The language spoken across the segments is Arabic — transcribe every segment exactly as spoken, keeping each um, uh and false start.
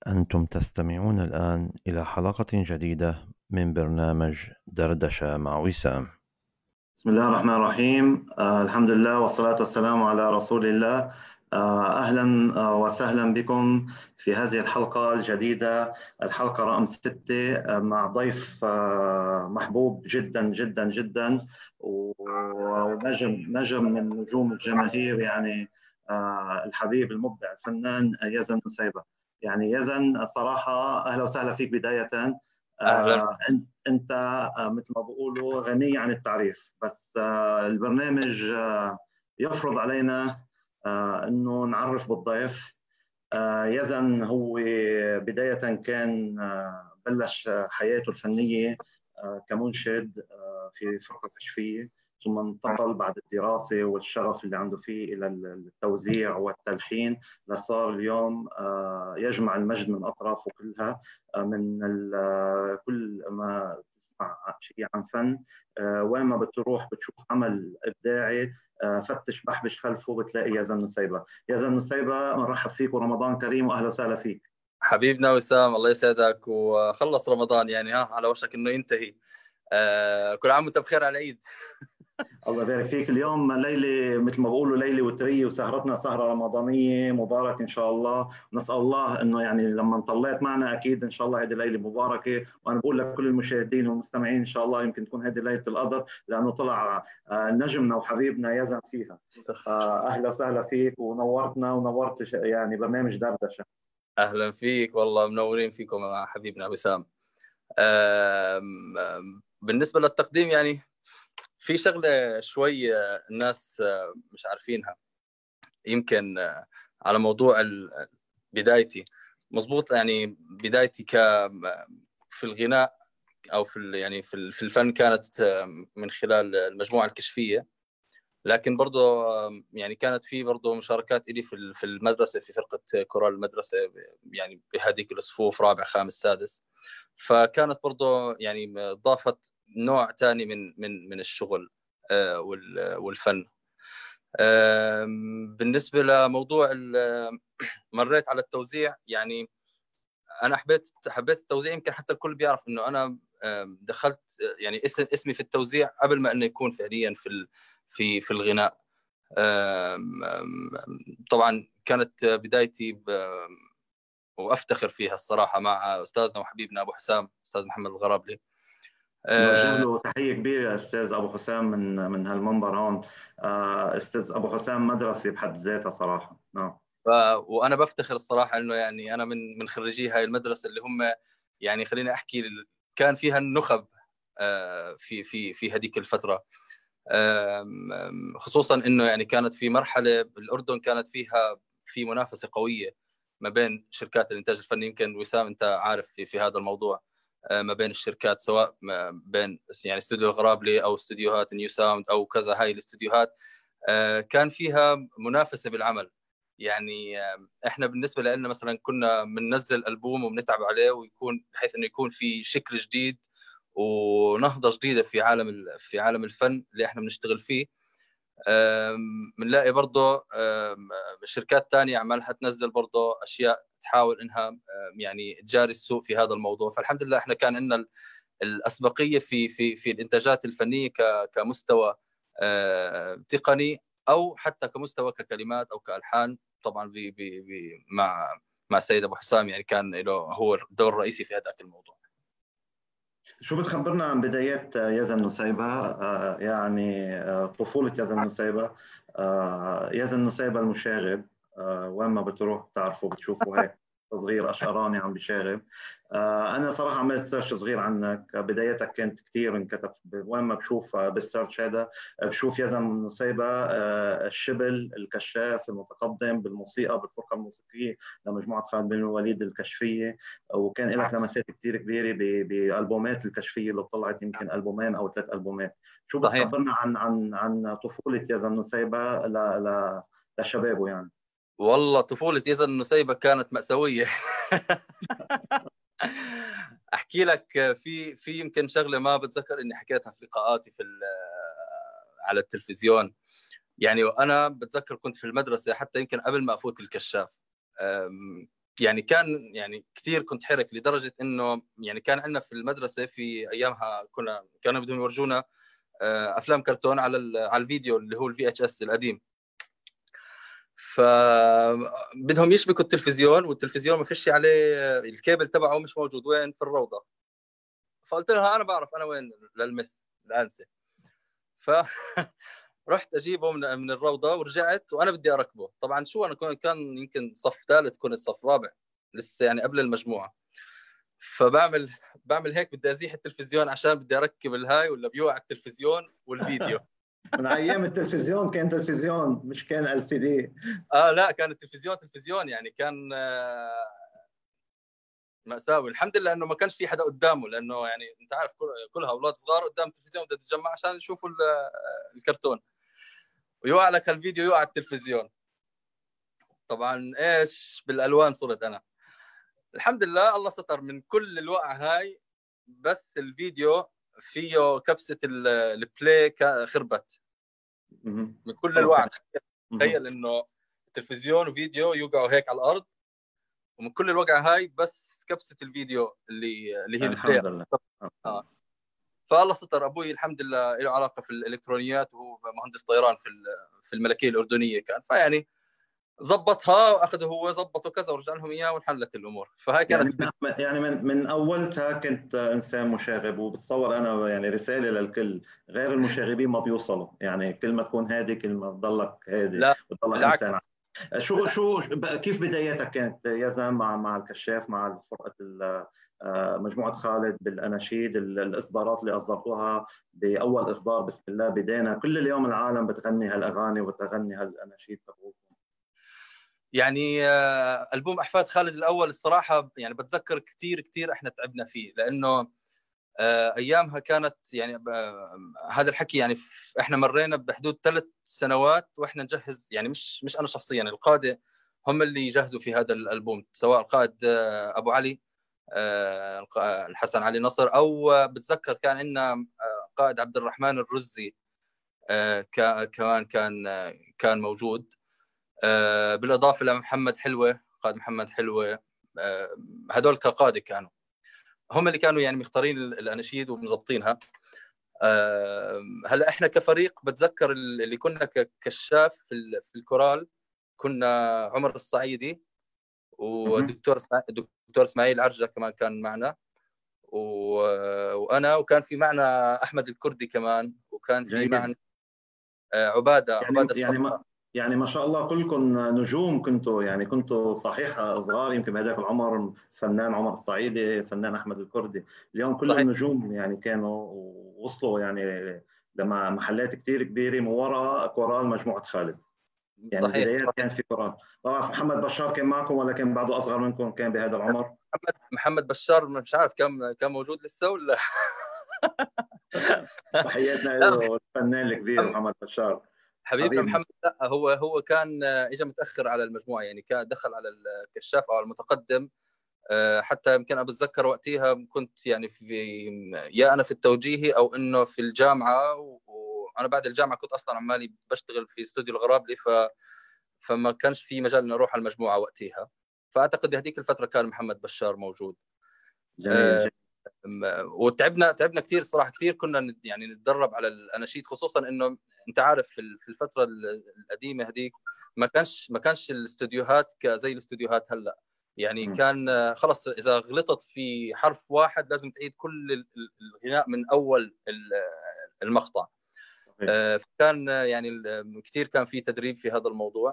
أنتم تستمعون الآن إلى حلقة جديدة من برنامج دردشة مع وسام. بسم الله الرحمن الرحيم. آه الحمد لله والصلاة والسلام على رسول الله. آه أهلا آه وسهلا بكم في هذه الحلقة الجديدة، الحلقة رقم ستة، آه مع ضيف آه محبوب جدا جدا جدا، ونجم نجم من نجوم الجماهير، يعني آه الحبيب المبدع الفنان يزن نسيبة. يعني يزن صراحة أهلا وسهلا فيك بداية. اهلا. آه انت آه، مثل ما بقولوا غني عن التعريف، بس آه، البرنامج آه، يفرض علينا آه، انه نعرف بالضيف. آه، يزن هو بداية كان آه، بلش حياته الفنية آه، كمنشد آه، في فرقة كشفية، ثم انتقل بعد الدراسة والشغف اللي عنده فيه إلى التوزيع والتلحين، لصار اليوم آه، يجمع المجد من أطرافه كلها. آه، من كل ما تسمع شيء عن فن، آه، وين ما بتروح بتشوف عمل إبداعي، آه، فتش بحبش خلفه بتلاقي يزن نسيبة. يزن نسيبة، مرحب فيك ورمضان كريم واهلا وسهلا فيك. حبيبنا وسام، الله يسعدك. وخلص رمضان يعني ها على وشك انه ينتهي. آه كل عام وانت بخير على العيد. الله يبارك فيك. اليوم ليله مثل ما بقولوا ليله وتريه، وسهرتنا سهره رمضانيه مبارك ان شاء الله. نسال الله انه يعني لما طلعت معنا اكيد ان شاء الله هذه ليله مباركه، وانا بقول لكل المشاهدين والمستمعين ان شاء الله يمكن تكون هذه ليله القدر، لانه طلع آه، نجمنا وحبيبنا يزن فيها. استغفر. آه، اهلا وسهلا فيك، ونورتنا ونورت ش- يعني برنامج دردشه. اهلا فيك، والله منورين فيكم مع حبيبنا وسام. آم، آم، بالنسبه للتقديم يعني في شغله شوي آه، الناس آه، مش عارفينها. يمكن آه، على موضوع ال- بدايتي. مضبوط، يعني بدايتي ك في الغناء او في ال- يعني في ال- في الفن كانت آه، من خلال المجموعه الكشفيه. لكن برضه آه، يعني كانت في برضه مشاركات لي في ال- في المدرسه، في فرقه كورال المدرسه، يعني بهذيك الصفوف رابع خامس سادس. فكانت برضه يعني ضافت نوع ثاني من من من الشغل آه، وال- والفن. آم، بالنسبه لموضوع ال- مريت على التوزيع. يعني انا حبيت حبيت التوزيع. يمكن حتى الكل بيعرف انه انا آم، دخلت آه، يعني اسم اسمي في التوزيع قبل ما انه يكون فعليا في ال- في في الغناء. آم، آم، طبعا كانت بدايتي ب- وافتخر فيها الصراحه مع استاذنا وحبيبنا ابو حسام، استاذ محمد الغرابلي. نوجه آه، له تحية كبيرة أستاذ أبو حسام من من هالمنبر هون. آه، أستاذ أبو حسام مدرسة بحد ذاتها صراحة. نعم. ف... وانا بفتخر الصراحه انه يعني انا من من خريجي هاي المدرسه اللي هم يعني خليني احكي كان فيها النخب آه، في في في هذيك الفتره. آم، آم، خصوصا انه يعني كانت في مرحله الاردن كانت فيها في منافسه قويه ما بين شركات الانتاج الفني. يمكن وسام انت عارف في في هذا الموضوع. آه، ما بين الشركات، سواء ما بين يعني استوديو الغرابلي او استوديوهات نيو ساوند او كذا هاي الاستوديوهات. آه، كان فيها منافسه بالعمل. يعني آه، احنا بالنسبه لنا مثلا كنا بننزل البوم وبنتعب عليه، ويكون بحيث انه يكون في شكل جديد ونهضه جديده في عالم في عالم الفن اللي احنا بنشتغل فيه. بنلاقي برضه شركات تانية عمالها تنزل برضه اشياء تحاول انها يعني تجاري السوق في هذا الموضوع. فالحمد لله احنا كان عندنا الاسبقيه في في في الانتاجات الفنيه كمستوى آه، تقني، او حتى كمستوى ككلمات او كالحان. طبعا بي بي بي مع مع السيد ابو حسام، يعني كان له هو الدور الرئيسي في هذا الموضوع. شو بتخبرنا عن بدايات يزن نسيبة؟ آه، يعني آه، طفولة يزن نسيبة. آه، يزن نسيبة المشاغب، آه، وين ما بتروح بتعرفه بتشوفه هيك صغير أشقراني عم بيشاغب. آه، أنا صراحة عملت سيرش صغير عنك. بدايتك كانت كتير انكتب، وين ما بشوف آه، بالسيرش هذا آه، بشوف يزن نسيبة، آه، الشبل الكشاف المتقدم بالموسيقى بالفرقة الموسيقية لمجموعة خالد بن الوليد الكشفية. وكان لك لمسات كتير كبيره ب- بالبومات الكشفيه اللي طلعت، يمكن البومين او ثلاث البومات. شو صحيح. بتخبرنا عن عن عن طفوله يزن نسيبه ل ل لشبابه يعني؟ والله طفولة يزن النسيبة كانت مأساوية. احكي لك في في يمكن شغله ما بتذكر اني حكيتها في لقاءاتي في على التلفزيون. يعني وانا بتذكر كنت في المدرسه، حتى يمكن قبل ما افوت الكشاف. يعني كان يعني كثير كنت حرك لدرجه انه يعني كان عندنا في المدرسه في ايامها كنا كانوا بدهم يورجونا افلام كرتون على على الفيديو اللي هو الفي اتش اس القديم. فبدهم يشبكوا التلفزيون والتلفزيون ما فيش عليه الكيبل تبعه مش موجود، وين؟ في الروضه. فقلت لها انا بعرف انا وين للمس الانسه. ف رحت اجيبه من من الروضه ورجعت وانا بدي اركبه. طبعا شو انا كان يمكن صف ثالث كنت صف رابع لسه يعني قبل المجموعه. فبعمل بعمل هيك بدي ازيح التلفزيون عشان بدي اركب الهاي ولا بيوقع التلفزيون والفيديو. من ايام التلفزيون كان تلفزيون مش كان ال سي دي. اه لا كان التلفزيون تلفزيون يعني كان آه مأساوي. الحمد لله انه ما كانش في حدا قدامه، لانه يعني انت عارف كلها اولاد صغار قدام التلفزيون بدها تتجمع عشان يشوفوا الكرتون، ويوقع لك الفيديو يوقع التلفزيون. طبعا ايش بالالوان صرت انا. الحمد لله الله ستر من كل الوقع هاي، بس الفيديو فيه كبسه البلاي خربت من كل الوقع. تخيل انه التلفزيون وفيديو يوقعوا هيك على الارض، ومن كل الوقعه هاي بس كبسه الفيديو اللي اللي هي البلاي. الحمد لله. اه فالله ستر. ابوي الحمد لله له علاقه في الالكترونيات وهو مهندس طيران في في الملكيه الاردنيه كان، فيعني ظبطها واخذه هو ظبطه كذا ورجع لهم اياه وانحلت الامور. فهاي كانت يعني من يعني من من اولتها كنت انسان مشاغب، وبتصور انا يعني رساله للكل، غير المشاغبين ما بيوصلوا، يعني كل ما تكون هادي كل ما تضلك هادي لا وتضلك بالعكس. انسان. شو شو كيف بداياتك كانت يا زلمه مع مع الكشاف، مع فرقه مجموعه خالد بالاناشيد، الاصدارات اللي اصدرتوها باول اصدار بسم الله بدينا كل اليوم العالم بتغني هالاغاني وبتغني هالاناشيد تبعوكم؟ يعني ألبوم أحفاد خالد الأول الصراحة يعني بتذكر كثير كثير إحنا تعبنا فيه، لأنه أيامها كانت يعني هذا الحكي يعني إحنا مرينا بحدود ثلاث سنوات وإحنا نجهز، يعني مش مش أنا شخصيا، القادة هم اللي يجهزوا في هذا الألبوم، سواء القائد أبو علي الحسن علي نصر، أو بتذكر كان عندنا قائد عبد الرحمن الرزي كمان كان كان موجود، بالاضافه لمحمد حلوه، قائد محمد حلوه. هذول كقاده كانوا هم اللي كانوا يعني مختارين الاناشيد ومظبطينها. هلا احنا كفريق بتذكر اللي كنا ككشاف في في الكورال كنا عمر الصعيدي ودكتور دكتور اسماعيل عرجه كمان كان معنا، وانا وكان في معنا احمد الكردي كمان، وكان في جيد. معنا عباده يعني عباده يعني ما يعني ما شاء الله كلكم نجوم كنتوا، يعني كنتوا صحيح صغار يمكن بهذاك العمر، فنان عمر الصعيدي، فنان احمد الكردي، اليوم كل صحيح. النجوم يعني كانوا ووصلوا يعني لما محلات كثير كبيره من وراء كورال مجموعه خالد. يعني صحيح. البدايات صحيح. كان في كورال. طبعا محمد بشار كان معكم ولا كان بعده اصغر منكم، كان بهذا العمر؟ محمد محمد بشار مش عارف كم كان موجود لسه ولا. تحياتنا له الفنان الكبير محمد بشار حبيبنا محمد. لا هو هو كان اجى متاخر على المجموعه، يعني كان دخل على الكشاف او المتقدم. حتى يمكن انا بتذكر وقتها كنت يعني في يا انا في التوجيهي او انه في الجامعه، وانا بعد الجامعه كنت اصلا عمالي بشتغل في استوديو الغرابلي، ف فما كانش في مجال اني اروح على المجموعه وقتها. فاعتقد هذيك الفتره كان محمد بشار موجود. جميل. جميل. وتعبنا تعبنا كثير صراحه، كثير كنا يعني نتدرب على الاناشيد، خصوصا انه انت عارف في الفتره القديمه هذيك ما كانش ما كانش الاستوديوهات زي الاستوديوهات هلا، يعني كان خلص اذا غلطت في حرف واحد لازم تعيد كل الغناء من اول المقطع. فكان يعني كثير كان في تدريب في هذا الموضوع.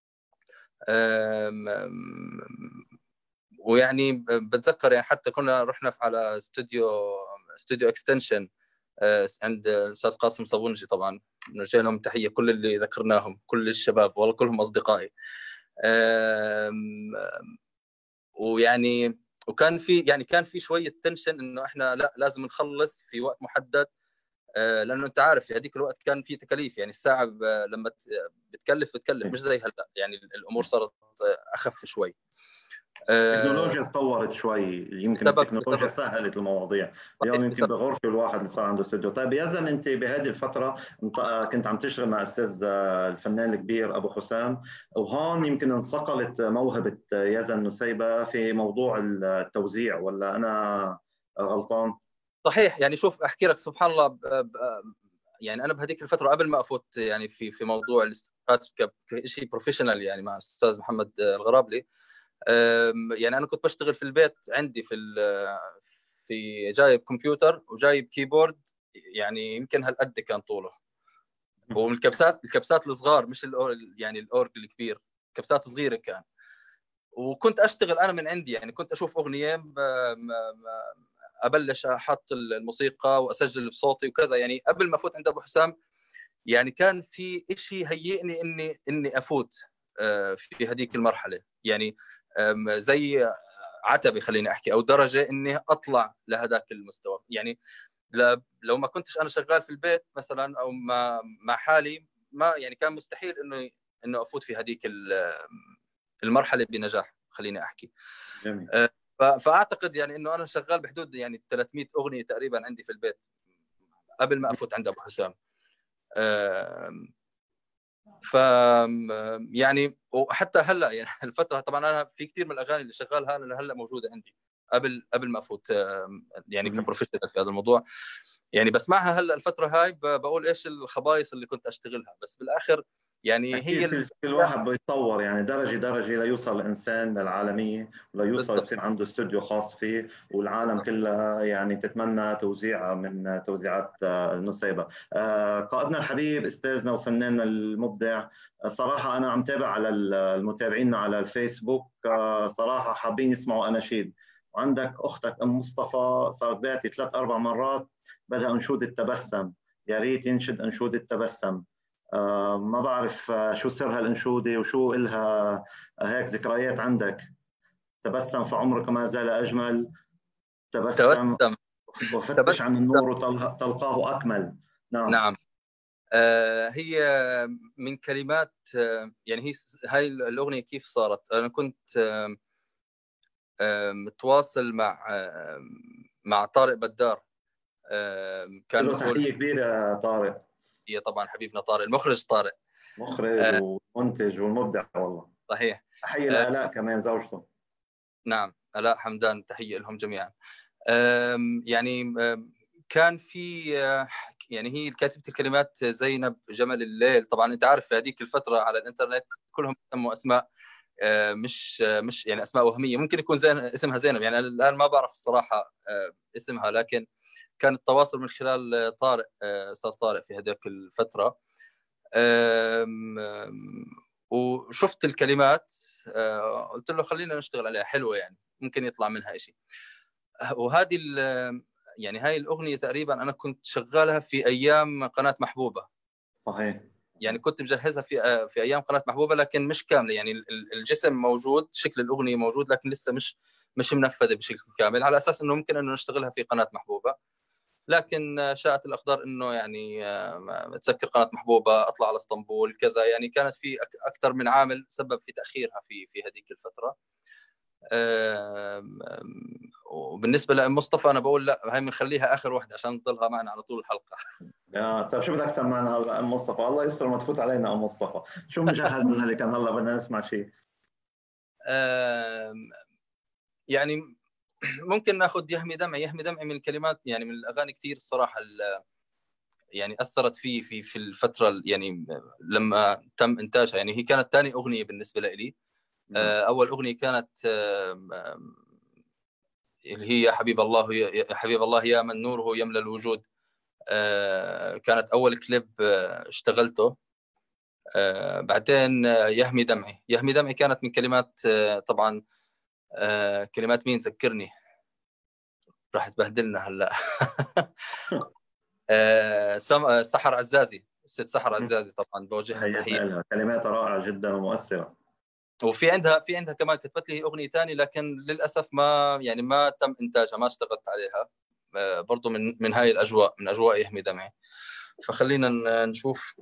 ويعني بتذكر يعني حتى كنا رحنا على استوديو استوديو اكستنشن عند الاستاذ قاسم صابونجي، طبعا نرجع لهم تحيه كل اللي ذكرناهم، كل الشباب والله كلهم اصدقائي. ويعني وكان في يعني كان في شويه تنشن انه احنا لا لازم نخلص في وقت محدد، لانه انت عارف في هذيك الوقت كان في تكاليف، يعني الساعه لما بتكلف بتكلف مش زي هلا، يعني الامور صارت اخف شوي. التكنولوجيا تطورت شوي، يمكن بسبب التكنولوجيا بسبب سهلت المواضيع اليوم. صحيح، يمكن بسبب بغرفه الواحد اللي صار عنده استوديو. طيب يزن، انت بهذه الفتره انت كنت عم تشتغل مع استاذ الفنان الكبير ابو حسام، وهون يمكن انصقلت موهبه يزن نسيبه في موضوع التوزيع، ولا انا غلطان؟ صحيح. يعني شوف احكي لك سبحان الله، ب... ب... يعني انا بهذيك الفتره قبل ما افوت يعني في في موضوع الاستوديوهات كشيء بروفيشنال يعني مع الاستاذ محمد الغرابلي. يعني انا كنت بشتغل في البيت عندي في في جايب كمبيوتر وجايب كيبورد، يعني يمكن هالقد كان طوله، والكبسات الكبسات الصغار مش الأور يعني الاورج الكبير، كبسات صغيره كان. وكنت اشتغل انا من عندي، يعني كنت اشوف اغنيه ابلش احط الموسيقى واسجل بصوتي وكذا. يعني قبل ما افوت عند ابو حسام يعني كان في شيء هيئني اني اني افوت في هذيك المرحله، يعني زي عتبه خليني احكي، او درجه اني اطلع لهذاك المستوى. يعني لو ما كنتش انا شغال في البيت مثلا او ما مع حالي، ما يعني كان مستحيل انه انه افوت في هذيك المرحله بنجاح خليني احكي. جميل. فاعتقد يعني انه انا شغال بحدود يعني ثلاثمئة اغنيه تقريبا عندي في البيت قبل ما افوت عند ابو حسام. ف يعني وحتى هلا يعني الفتره طبعا انا في كثير من الاغاني اللي شغالها انا هلا موجوده عندي قبل قبل ما افوت يعني كبروفيشنال في هذا الموضوع. يعني بسمعها هلا الفتره هاي بقول ايش الخبايص اللي كنت اشتغلها، بس بالاخر يعني هي أكيد كل واحد بيتطور يعني درجة درجة ليوصل الإنسان للعالمية، وليوصل يصير عنده استوديو خاص فيه، والعالم كلها يعني تتمنى توزيع من توزيعات نسيبة. قائدنا الحبيب أستاذنا وفناننا المبدع، صراحة أنا عم تابع على المتابعين على الفيسبوك، صراحة حابين يسمعوا أناشيد. وعندك أختك أم مصطفى صارت بعتي ثلاث أربع مرات بدها أنشود التبسم، يا ريت ينشد أنشود التبسم. آه ما بعرف آه شو سر هالانشوده وشو إلها آه هيك ذكريات عندك. تبسم فعمرك ما زال أجمل، تبسم تبسم وفتش تبسم عن النور وتلقاه أكمل. نعم. نعم. آه هي من كلمات آه يعني هي هاي الأغنية كيف صارت. أنا كنت آه آه متواصل مع آه مع طارق بدار، آه كان له مسؤول. تحية كبيرة طارق. هي طبعا حبيبنا طارق، المخرج طارق، مخرج آه ومنتج والمبدع والله. صحيح. تحية آه لآلاء كمان زوجته. نعم، آلاء حمدان، تحية لهم جميعا. يعني كان في يعني هي كاتبة الكلمات زينب جمل الليل. طبعا انت عارف في هذيك الفترة على الانترنت كلهم سموا اسماء مش مش يعني اسماء وهمية. ممكن يكون زين اسمها زينب، يعني انا الان ما بعرف الصراحة اسمها، لكن كان التواصل من خلال طارق، استاذ طارق في هذيك الفترة. وشفت الكلمات قلت له خلينا نشتغل عليها، حلوة يعني ممكن يطلع منها شيء. وهذه يعني هاي الأغنية تقريبا أنا كنت شغالها في أيام قناة محبوبة. صحيح. يعني كنت مجهزها في في أيام قناة محبوبة، لكن مش كاملة. يعني الجسم موجود، شكل الأغنية موجود، لكن لسه مش مش منفذة بشكل كامل، على أساس إنه ممكن إنه نشتغلها في قناة محبوبة. لكن شاءت الأقدار إنه يعني تسكر قناة محبوبة، أطلع على اسطنبول كذا. يعني كانت في أكثر من عامل سبب في تأخيرها في في هذيك الفترة. وبالنسبه لمصطفى انا بقول لا، هاي بنخليها اخر واحده عشان تضلها معنا على طول الحلقه. يا طيب شو بدك تسمعنا هلا ام مصطفى؟ الله يستر ما تفوت علينا ام مصطفى. شو مجهز لنا اللي كان هلا بدنا نسمع شيء؟ يعني ممكن ناخذ يهمي دمعي. يهمي دمعي من الكلمات يعني من الاغاني كثير الصراحه يعني اثرت في في في الفتره يعني لما تم انتاجها. يعني هي كانت ثاني اغنيه بالنسبه لي. اول اغنيه كانت اللي هي يا حبيب الله، يا حبيب الله يا من نوره يملى الوجود. كانت اول كليب اشتغلته. بعدين يهمي دمعي. يهمي دمعي كانت من كلمات طبعا كلمات مين ذكرني، راح تبهدلنا هلا. سحر عزازي، الست سحر عزازي طبعا بوجه لها تحيه. كلماتها رائعه جدا ومؤثره. وفي عندها في عندها كمان كتبت لي اغنيه ثانيه، لكن للاسف ما يعني ما تم انتاجها، ما اشتغلت عليها. برضو من من هاي الاجواء، من اجواء يهمي دمعي. فخلينا نشوف.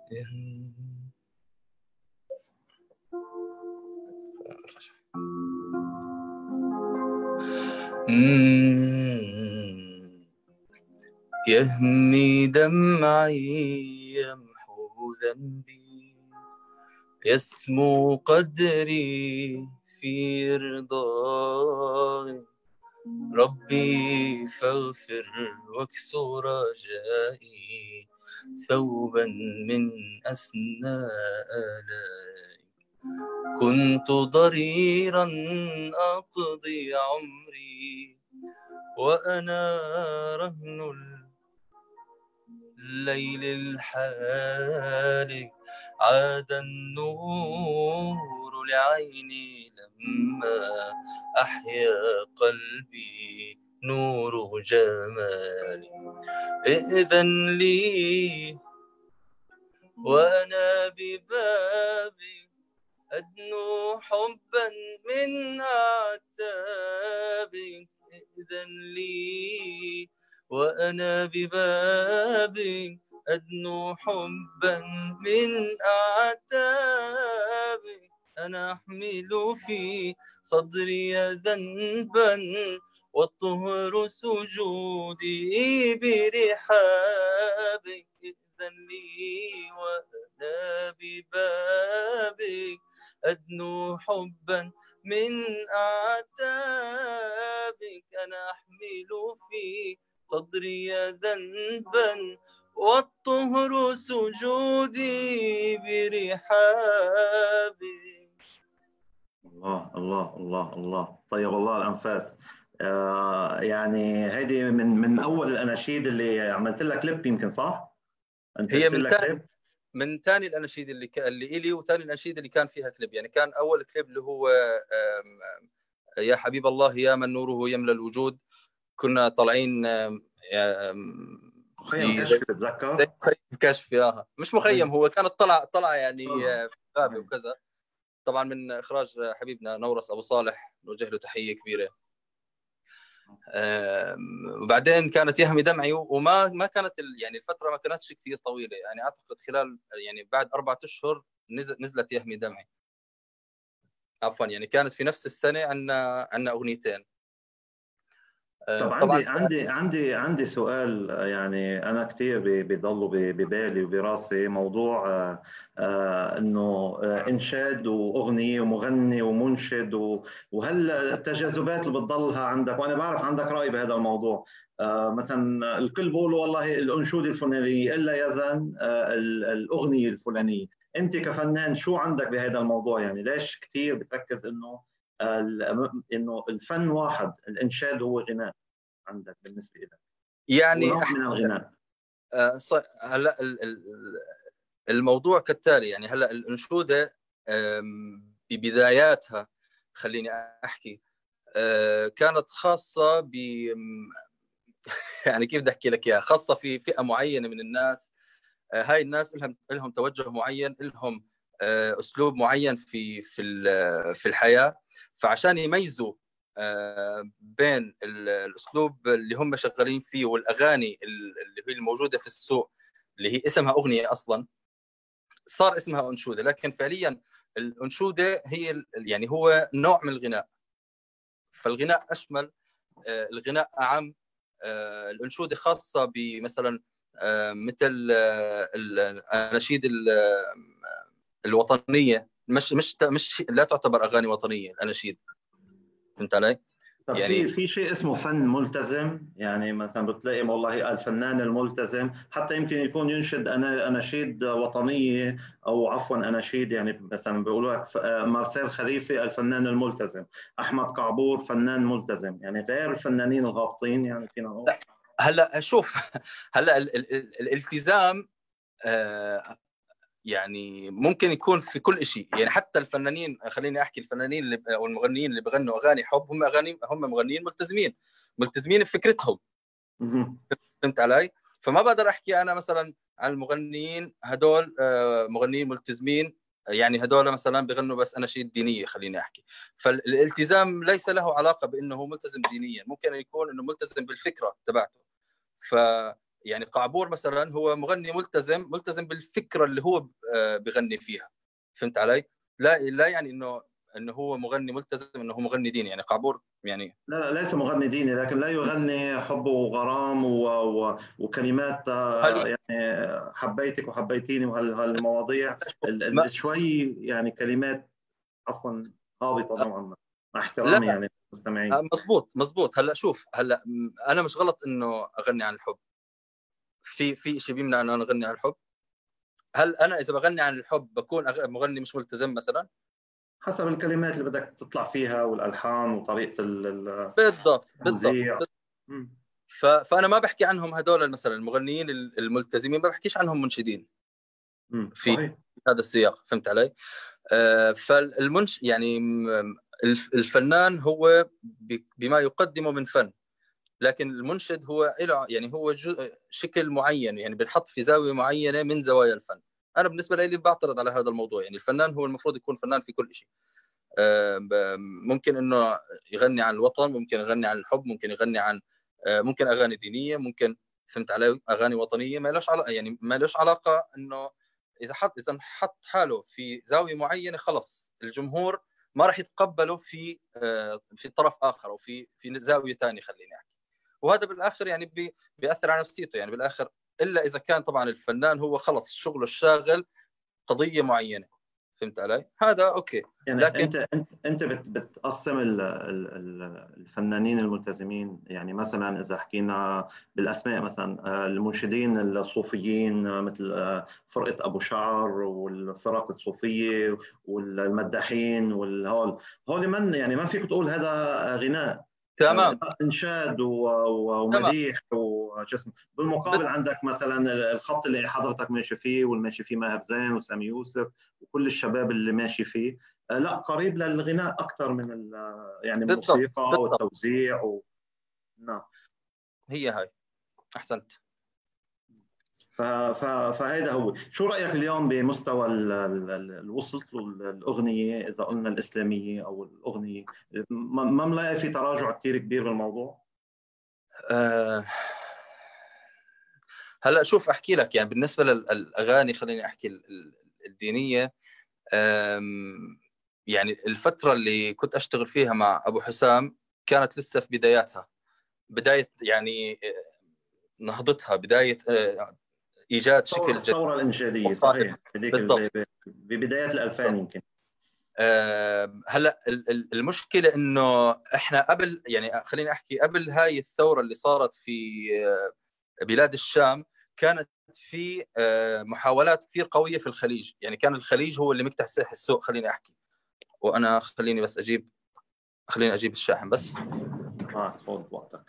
يهمي دمعي يمحو ذنبي، يسمو قدري في رضاي، ربي فاغفر واكسر رجائي ثوبا من أسنى آلائي. كنت ضريرا أقضي عمري وأنا رهن الليل الحالك، عاد النور لعيني لما أحيا قلبي نور جمالي. إذن لي وأنا ببابي أدنو حبا من أعتابي. إذن لي وأنا ببابي أدنو حبا من أعتابي. أنا أحمل في صدري ذنبا والطهر سجودي برحابي. إذن لي وأنا ببابي أدنو حبا من أعتابك. أنا أحمل في صدري ذنبا والطهر سجودي برحابي. الله الله الله الله، طيب الله الأنفاس. آه يعني هيدي من من أول الأناشيد اللي عملت لها كليب يمكن، صح؟ أنت هي من لها كليب؟ من ثاني الاناشيد اللي ك... اللي إلي وثاني الاناشيد اللي كان فيها كليب. يعني كان اول كليب اللي هو يا حبيب الله يا من نوره يملى الوجود، كنا طالعين مخيم كشف، بتذكر؟ مخيم كشف، ياها مش مخيم، هو كانت طلع طلع يعني في غابه وكذا، طبعا من اخراج حبيبنا نورس ابو صالح، نوجه له تحيه كبيره. وبعدين كانت يهمي دمعي، وما ما كانت يعني الفتره ما كانتش كثير طويله، يعني اعتقد خلال يعني بعد اربعة اشهر نزل نزلت يهمي دمعي. عفوا يعني كانت في نفس السنه عندنا عندنا اغنيتين. طب عندي عندي عندي عندي سؤال، يعني انا كثير بيضلوا ببالي وبراسي موضوع آه آه انه آه انشاد واغنيه ومغني ومنشد، وهل التجاذبات اللي بتضلها عندك، وانا بعرف عندك راي بهذا الموضوع. آه مثلا الكل بيقولوا والله الانشوده الفلانيه الا يزن آه الاغنيه الفلانيه. انت كفنان شو عندك بهذا الموضوع؟ يعني ليش كثير بتركز انه انه الفن واحد، الانشاد هو غناء عندك بالنسبه لك؟ يعني ونوع من الغناء. هلا الموضوع كالتالي، يعني هلا الانشوده ببداياتها خليني احكي كانت خاصه ب يعني كيف بدي احكي لك اياها، خاصه في فئه معينه من الناس. هاي الناس لهم لهم توجه معين، لهم اسلوب معين في في في الحياه، فعشان يميزوا بين الاسلوب اللي هم شغالين فيه والاغاني اللي هي الموجوده في السوق اللي هي اسمها اغنيه اصلا، صار اسمها انشوده. لكن فعليا الانشوده هي يعني هو نوع من الغناء، فالغناء اشمل، الغناء اعم. الانشوده خاصه بمثلا مثل الاناشيد الوطنيه، مش مش مش لا تعتبر اغاني وطنيه الاناشيد، فهمت علي؟ طب يعني في في شيء اسمه فن ملتزم، يعني مثلا بتلاقي والله الفنان الملتزم حتى يمكن يكون ينشد اناشيد وطنيه، او عفوا اناشيد يعني مثلا بيقولوا لك مارسيل خليفه الفنان الملتزم، احمد قعبور فنان ملتزم، يعني غير الفنانين الغابطين، يعني فينا نقول. هلا شوف هلا ال ال ال الالتزام آه يعني ممكن يكون في كل شيء، يعني حتى الفنانين، خليني احكي الفنانين اللي او المغنيين اللي بغنوا اغاني حب هم اغاني هم مغنيين ملتزمين، ملتزمين بفكرتهم. فهمت علي؟ فما بقدر احكي انا مثلا عن المغنيين هدول مغنيين ملتزمين، يعني هدول مثلا بغنوا بس اناشيد دينيه، خليني احكي. فالالتزام ليس له علاقه بانه ملتزم دينيا، ممكن يكون انه ملتزم بالفكره تبعته. ف يعني قعبور مثلا هو مغني ملتزم ملتزم بالفكره اللي هو بغني فيها، فهمت علي؟ لا لا يعني انه انه هو مغني ملتزم انه هو مغني ديني. يعني قعبور يعني لا لا ليس مغني ديني، لكن لا يغني حب وغرام و... و... وكلمات هل يعني حبيتك وحبيتيني وهالمواضيع ما شوي يعني كلمات عفوا هابطه نوعا ما، مع احترامي لا يعني المستمعين. مزبوط مزبوط. هلا شوف، هلا انا مش غلط انه اغني عن الحب، في في شيء بيمنع انه انا اغني عن الحب؟ هل انا اذا بغني عن الحب بكون مغني مش ملتزم مثلا؟ حسب الكلمات اللي بدك تطلع فيها والالحان وطريقه بالضبط بالضبط. التوزيع. فانا ما بحكي عنهم هدول مثلا المغنيين الملتزمين، ما بحكيش عنهم منشدين في صحيح. هذا السياق، فهمت علي؟ آه فالمنش يعني الفنان هو بما يقدمه من فن، لكن المنشد هو له يعني هو شكل معين، يعني بنحط في زاويه معينه من زوايا الفن. انا بالنسبه لي بعترض على هذا الموضوع. يعني الفنان هو المفروض يكون فنان في كل شيء. ممكن انه يغني عن الوطن، ممكن يغني عن الحب، ممكن يغني عن ممكن اغاني دينيه، ممكن، فهمت علي، اغاني وطنيه. ما لهش علاقه، يعني ما لهش علاقه انه اذا حط اذا حط حاله في زاويه معينه خلص الجمهور ما راح يتقبله في في طرف اخر او في في زاويه ثانيه، خليني احكي. وهذا بالاخر يعني بي بياثر على نفسيته يعني بالاخر، الا اذا كان طبعا الفنان هو خلص شغله الشاغل قضيه معينه، فهمت علي؟ هذا اوكي. يعني لكن انت انت انت بت بتقسم ال ال الفنانين الملتزمين، يعني مثلا اذا حكينا بالاسماء مثلا المنشدين الصوفيين مثل فرقه ابو شعر والفرق الصوفيه والمداحين والهول، هول من يعني ما فيك تقول هذا غناء، تمام انشاد ومديح وجسم. بالمقابل بت... عندك مثلا الخط اللي حضرتك ماشي فيه والماشي فيه ماهر زين وسامي يوسف وكل الشباب اللي ماشي فيه، لا قريب للغناء اكثر من يعني بالضبط الموسيقى بالضبط والتوزيع و... نعم. هي هاي احسنت. ف... ف... فهذا هو. شو رايك اليوم بمستوى اللي وصلت له الاغنيه، اذا قلنا الاسلاميه او الاغنيه، ما ملاقي في تراجع كثير كبير بالموضوع؟ أه... هلا شوف احكي لك، يعني بالنسبه للاغاني خليني احكي الدينيه، أم... يعني الفتره اللي كنت اشتغل فيها مع ابو حسام كانت لسه في بداياتها، بدايه يعني نهضتها، بدايه ايجاد شكل جديد. الثوره الانشاديه صحيح، هذيك بالضبط ببدايات الألفين يمكن. أه هلا المشكله انه احنا قبل، يعني خليني احكي قبل هاي الثوره اللي صارت في بلاد الشام، كانت في محاولات كثير قويه في الخليج. يعني كان الخليج هو اللي مكتسح السوق، خليني احكي. وانا خليني بس اجيب خليني اجيب الشاحن بس. اه خذ وقتك،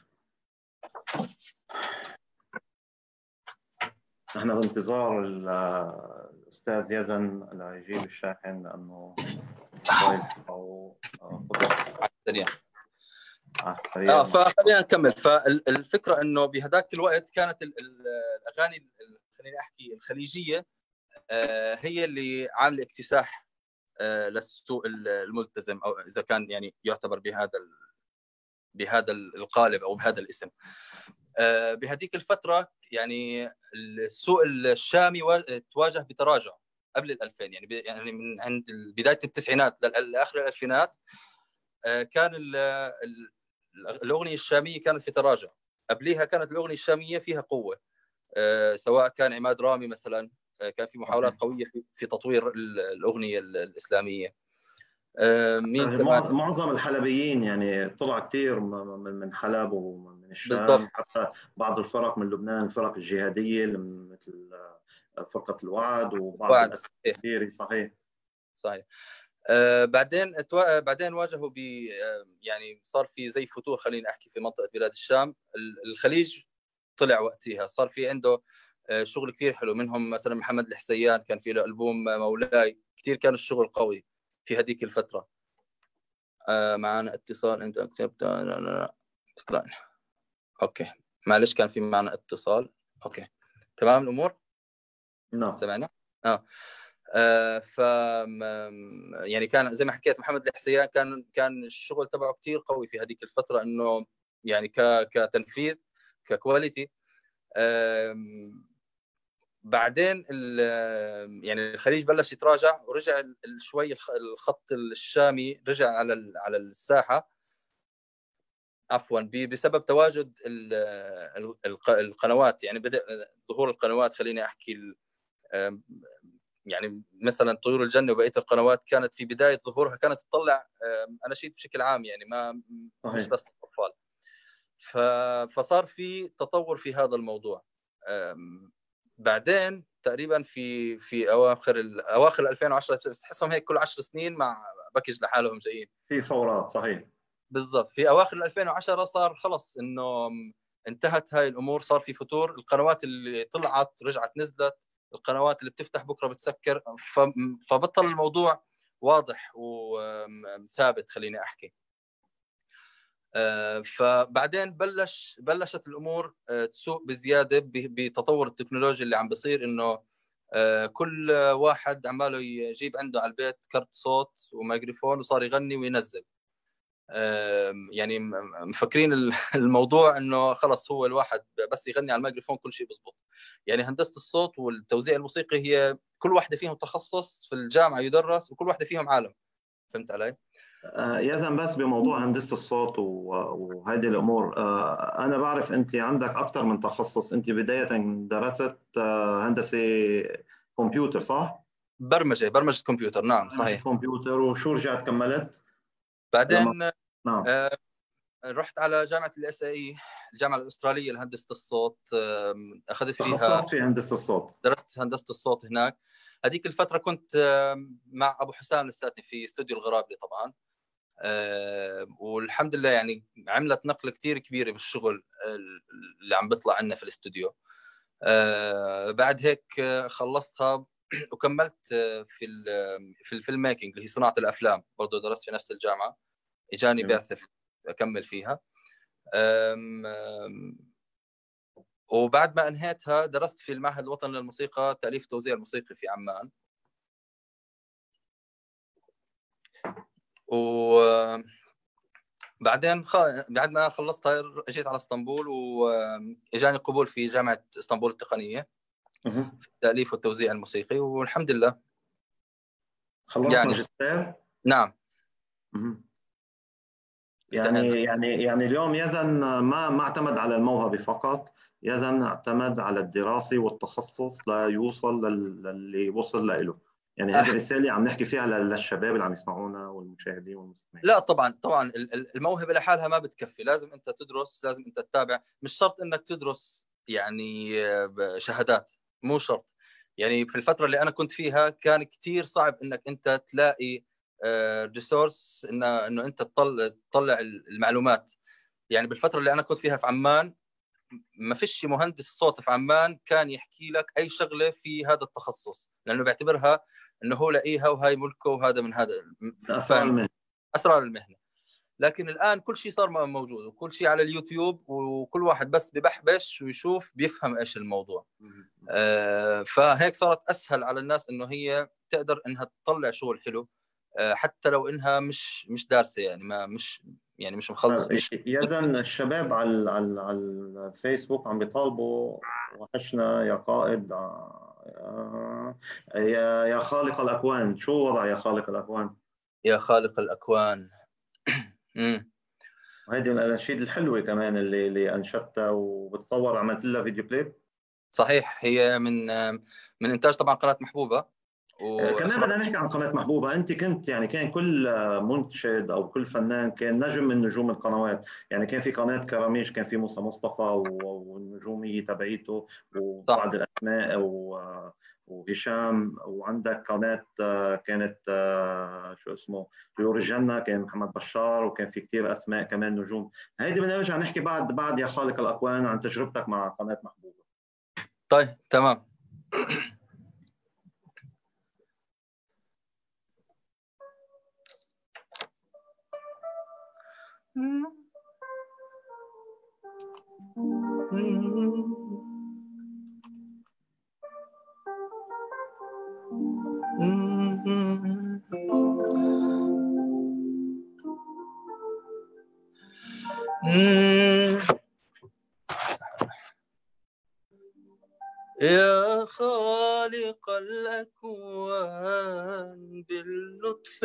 احنا بانتظار الاستاذ يزن ليجيب الشاحن لانه الموبايل او خذ وقتك على السريع. على السريع. اه فخلينا نكمل. فالفكره انه بهذاك الوقت كانت الاغاني خليني احكي الخليجيه هي اللي عامله اكتساح للسوق الملتزم، او اذا كان يعني يعتبر بهذا بهذا القالب او بهذا الاسم. بهذيك الفتره يعني السوق الشامي تواجه بتراجع قبل الألفين، يعني يعني من عند بدايه التسعينات لاخر الالفينات كان الاغنيه الشاميه كانت في تراجع. قبليها كانت الاغنيه الشاميه فيها قوه، سواء كان عماد رامي مثلا كان في محاولات قويه في تطوير الاغنيه الاسلاميه. مين كمان؟ معظم الحلبيين يعني طلع كثير من حلب ومن الشام. بالضبط. حتى بعض الفرق من لبنان، الفرق الجهاديه مثل فرقه الوعد وبعض الاساطير. صحيح صحيح. آه بعدين اتو... بعدين واجهوا ب آه يعني صار في زي فتور، خليني احكي، في منطقه بلاد الشام. الخليج طلع وقتها، صار في عنده آه شغل كثير حلو. منهم مثلا محمد الحسيان كان في له البوم مولاي، كثير كان الشغل قوي في هذيك الفتره. آه معنا اتصال، انت اكتبت؟ لا لا لا اوكي معلش، كان في معنا اتصال. اوكي تمام الامور. نعم سمعنا. اه آه ف يعني كان زي ما حكيت محمد الحسيان كان كان الشغل تبعه كثير قوي في هذيك الفتره، انه يعني ك كتنفيذ ككواليتي بعدين يعني الخليج بلش يتراجع ورجع شوي الخط الشامي رجع على على الساحه، عفوا بسبب تواجد القنوات. يعني بدا ظهور القنوات، خليني احكي يعني مثلا طيور الجنه وبقيه القنوات كانت في بدايه ظهورها كانت تطلع اناشيد بشكل عام، يعني ما مش بس الاطفال. فصار في تطور في هذا الموضوع. بعدين تقريبا في في اواخر اواخر ألفين وعشرة بتحسهم هيك كل عشر سنين مع باكج لحالهم جايين في ثورات. صحيح بالضبط. في اواخر ألفين وعشرة صار خلص انه انتهت هاي الامور، صار في فتور، القنوات اللي طلعت رجعت نزلت، القنوات اللي بتفتح بكره بتسكر، فبطل الموضوع واضح وثابت خليني احكي. فبعدين بلش بلشت الامور تسوق بزياده بتطور التكنولوجيا اللي عم بيصير، انه كل واحد عماله يجيب عنده على البيت كرت صوت وميكروفون وصار يغني وينزل. يعني مفكرين الموضوع انه خلص هو الواحد بس يغني على الميكروفون كل شيء بزبط. يعني هندسه الصوت والتوزيع الموسيقي هي كل واحده فيهم تخصص في الجامعه يدرس، وكل واحده فيهم عالم. فهمت علي؟ يزن بس بموضوع هندسه الصوت وهذه الامور، انا بعرف انت عندك اكثر من تخصص. انت بدايه درست هندسه كمبيوتر صح؟ برمجه برمجه كمبيوتر. نعم صحيح. كمبيوتر. وشو رجعت كملت؟ بعدين لما... نعم. آه رحت على جامعه الاس اي، الجامعه الاستراليه لهندسه الصوت، اخذت فيها تخصصت في هندسه الصوت. درست هندسه الصوت هناك. هذيك الفتره كنت مع ابو حسام لساتني في استوديو الغرابلي طبعا. أه والحمد لله يعني عملت نقله كثير كبيره بالشغل اللي عم بيطلع عنا في الاستوديو. أه بعد هيك خلصتها وكملت في في الفيلم ميكينج اللي هي صناعه الافلام، برضه درست في نفس الجامعه، اجاني بعثه اكمل فيها. أم أم وبعد ما انهيتها درست في المعهد الوطني للموسيقى تاليف توزيع الموسيقي في عمان. وبعدين خ... بعد ما خلصتها اجيت على اسطنبول واجاني قبول في جامعه اسطنبول التقنيه في التاليف والتوزيع الموسيقي، والحمد لله خلصت يعني ماجستير. نعم. يعني يعني يعني اليوم يزن ما ما اعتمد على الموهبه فقط، يزن اعتمد على الدراسه والتخصص ليوصل للي وصل له. يعني هذه رساله عم نحكي فيها للشباب اللي عم يسمعونا والمشاهدين والمستمعين. لا طبعا طبعا الموهبه لحالها ما بتكفي، لازم انت تدرس، لازم انت تتابع. مش شرط انك تدرس يعني شهادات، مو شرط. يعني في الفتره اللي انا كنت فيها كان كثير صعب انك انت تلاقي ريسورس انه انه انت تطلع تطلع المعلومات. يعني بالفتره اللي انا كنت فيها في عمان ما فيش مهندس صوت في عمان كان يحكي لك اي شغله في هذا التخصص، لانه بيعتبرها انه هو لاقيها وهي ملكه وهذا من هذا اسرار المهنه. اسرار المهنه. لكن الان كل شيء صار موجود وكل شيء على اليوتيوب، وكل واحد بس ببحبش ويشوف بيفهم ايش الموضوع. آه فهيك صارت اسهل على الناس انه هي تقدر انها تطلع شغل حلو، آه حتى لو انها مش مش دارسه، يعني ما مش يعني مش مخلص. مش يزن الشباب على على على الفيسبوك عم بيطالبوا وحشنا يا قائد، يا يا خالق الاكوان. شو وضع يا خالق الاكوان؟ يا خالق الاكوان. امم وهذه من الاناشيد الحلوه كمان اللي اللي انشدتها وبتصور عملت لها فيديو كليب. صحيح، هي من من انتاج طبعا قناه محبوبه. كمان بدنا نحكي عن قناه محبوبه. انت كنت يعني كان كل منشد او كل فنان كان نجم من نجوم القنوات. يعني كان في قناه كراميش، كان في موسى مصطفى والنجوميه تبعيته وبعض الاسماء وهشام، وعندك قناه كانت شو اسمه طيور الجنه، كان محمد بشار، وكان في كثير اسماء كمان نجوم. هيدي بدنا نرجع نحكي بعد بعد يا خالق الاكوان عن تجربتك مع قناه محبوبه. طيب تمام. يا خالق الأكوان باللطف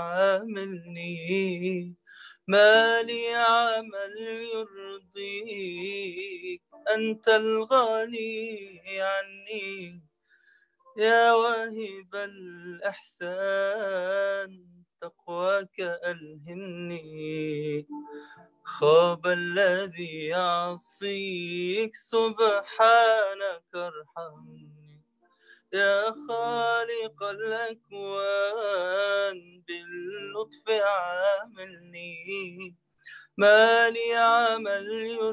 عاملني، ما لي عمل يرضيك، أنت الغني عني. يا واهب الإحسان تقواك ألهمني، خاب الذي يعصيك سبحانك ارحمني. يا خالق الأكوان باللطف عاملني، ما لي عمل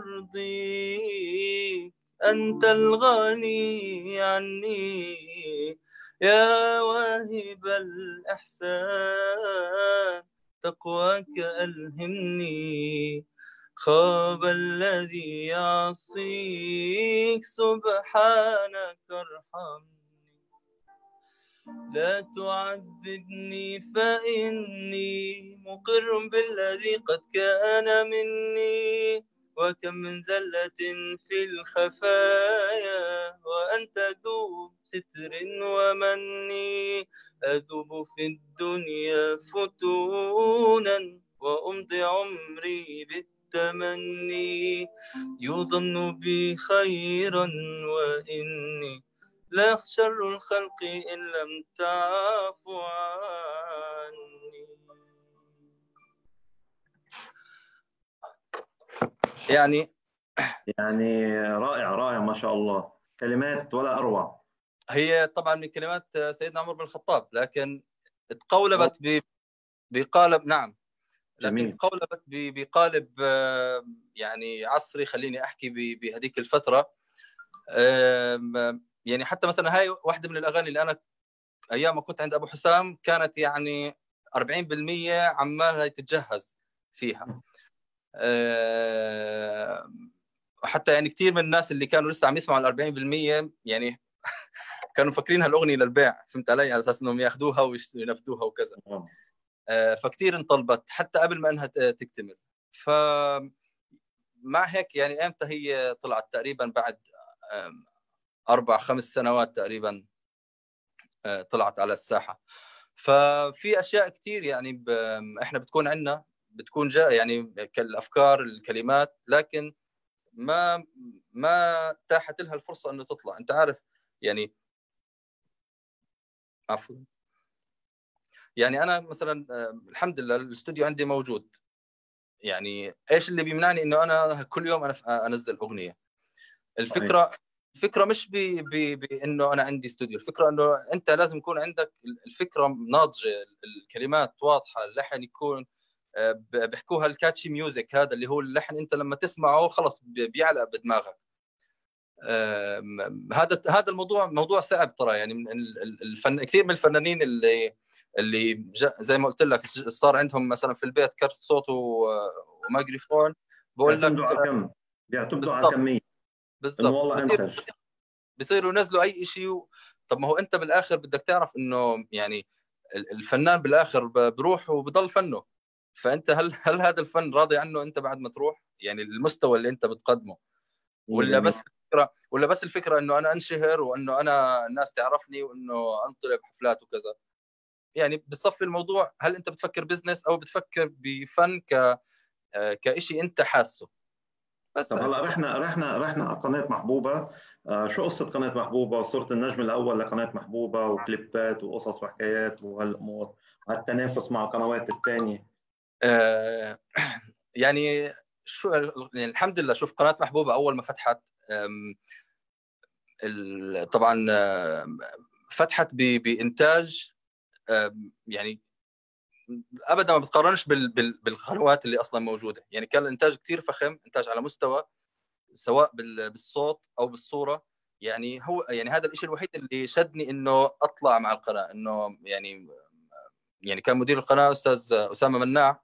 يرضيك، أنت الغني عني. يا واهب الإحسان تقواك ألهمني، خاب الذي يعصيك سبحانك ارحمني. لا تعذبني فإني مقر بالذي قد كان مني، وكم من زلة في الخفايا وأنت ذو ستر ومني. أذوب في الدنيا فتونا وأمضي عمري بالتمني، يظن بي خيرا وإني لا شر الخلق إن لم تعفو عني. يعني يعني رائع رائع ما شاء الله، كلمات ولا أروع. هي طبعا من كلمات سيدنا عمر بن الخطاب، لكن تقولبت بقالب، نعم، لكن جميل. تقولبت بقالب يعني عصري، خليني أحكي بهذيك الفترة. يعني حتى مثلا هاي واحدة من الأغاني اللي أنا أيام ما كنت عند أبو حسام كانت يعني أربعين بالمئة عمالها تتجهز فيها. أه حتى يعني كثير من الناس اللي كانوا لسه عم يسمعوا ال أربعين بالمئة يعني كانوا فاكرينها الأغنية للبيع، فهمت علي، على أساس إنهم ياخذوها وينفذوها وكذا. أه فكثير انطلبت حتى قبل ما إنها تكتمل. ف مع هيك يعني إمتى هي طلعت؟ تقريبا بعد أربع خمس سنوات تقريبا طلعت على الساحة. ففي أشياء كثير يعني ب... إحنا بتكون عندنا بتكون جاء يعني كالأفكار الكلمات، لكن ما ما تاحت لها الفرصة إنه تطلع. أنت عارف يعني، عفوا، يعني أنا مثلا الحمد لله الاستوديو عندي موجود. يعني إيش اللي بيمنعني إنه أنا كل يوم أنا أنزل أغنية؟ الفكرة الفكرة مش بإنه أنا عندي استوديو، الفكرة إنه أنت لازم يكون عندك الفكرة ناضجة، الكلمات واضحة، اللحن يكون بيحكوها الكاتشي ميوزك، هذا اللي هو اللحن أنت لما تسمعه خلص بيعلق بدماغك. هذا هذا الموضوع موضوع صعب ترى. يعني الفن كثير من الفنانين اللي اللي زي ما قلت لك صار عندهم مثلا في البيت كرت صوت ومايكروفون، بقول لك بيعتمدوا على كم بيعتمدوا على كمية، بالضبط، والله انتج، بيصيروا ينزلوا اي شيء. طب ما هو انت بالاخر بدك تعرف انه يعني الفنان بالاخر بروح وبضل فنه. فانت هل هل هذا الفن راضي عنه انت بعد ما تروح؟ يعني المستوى اللي انت بتقدمه، ولا بس الفكره ولا بس الفكره انه انا انشهر وانه انا الناس تعرفني وانه انطلب حفلات وكذا؟ يعني بصفي الموضوع، هل انت بتفكر بزنس او بتفكر بفن ك كشيء انت حاسه بس؟ طب هلا رحنا رحنا رحنا على قناه محبوبه. آه شو قصه قناه محبوبه وصرت النجم الاول لقناه محبوبه وكليبات وقصص وحكايات وهالامور وهالتنافس مع القنوات الثانيه؟ آه يعني شو يعني الحمد لله. شوف قناه محبوبه اول ما فتحت طبعا فتحت بانتاج يعني ابدا ما بتقارنش بالقنوات اللي اصلا موجوده. يعني كان الانتاج كثير فخم، انتاج على مستوى سواء بالصوت او بالصوره. يعني هو يعني هذا الشيء الوحيد اللي شدني انه اطلع مع القناه، انه يعني يعني كان مدير القناه استاذ اسامه مناع،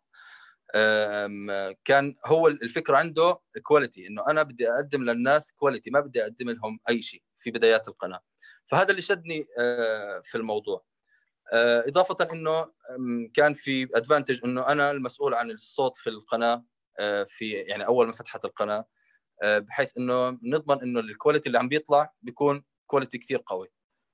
كان هو الفكره عنده كواليتي، انه انا بدي اقدم للناس كواليتي، ما بدي اقدم لهم اي شيء في بدايات القناه. فهذا اللي شدني في الموضوع. اضافه انه كان في ادفانتج انه انا المسؤول عن الصوت في القناه، في يعني اول ما فتحت القناه، بحيث انه نضمن انه الكواليتي اللي عم بيطلع بيكون كواليتي كثير قوي.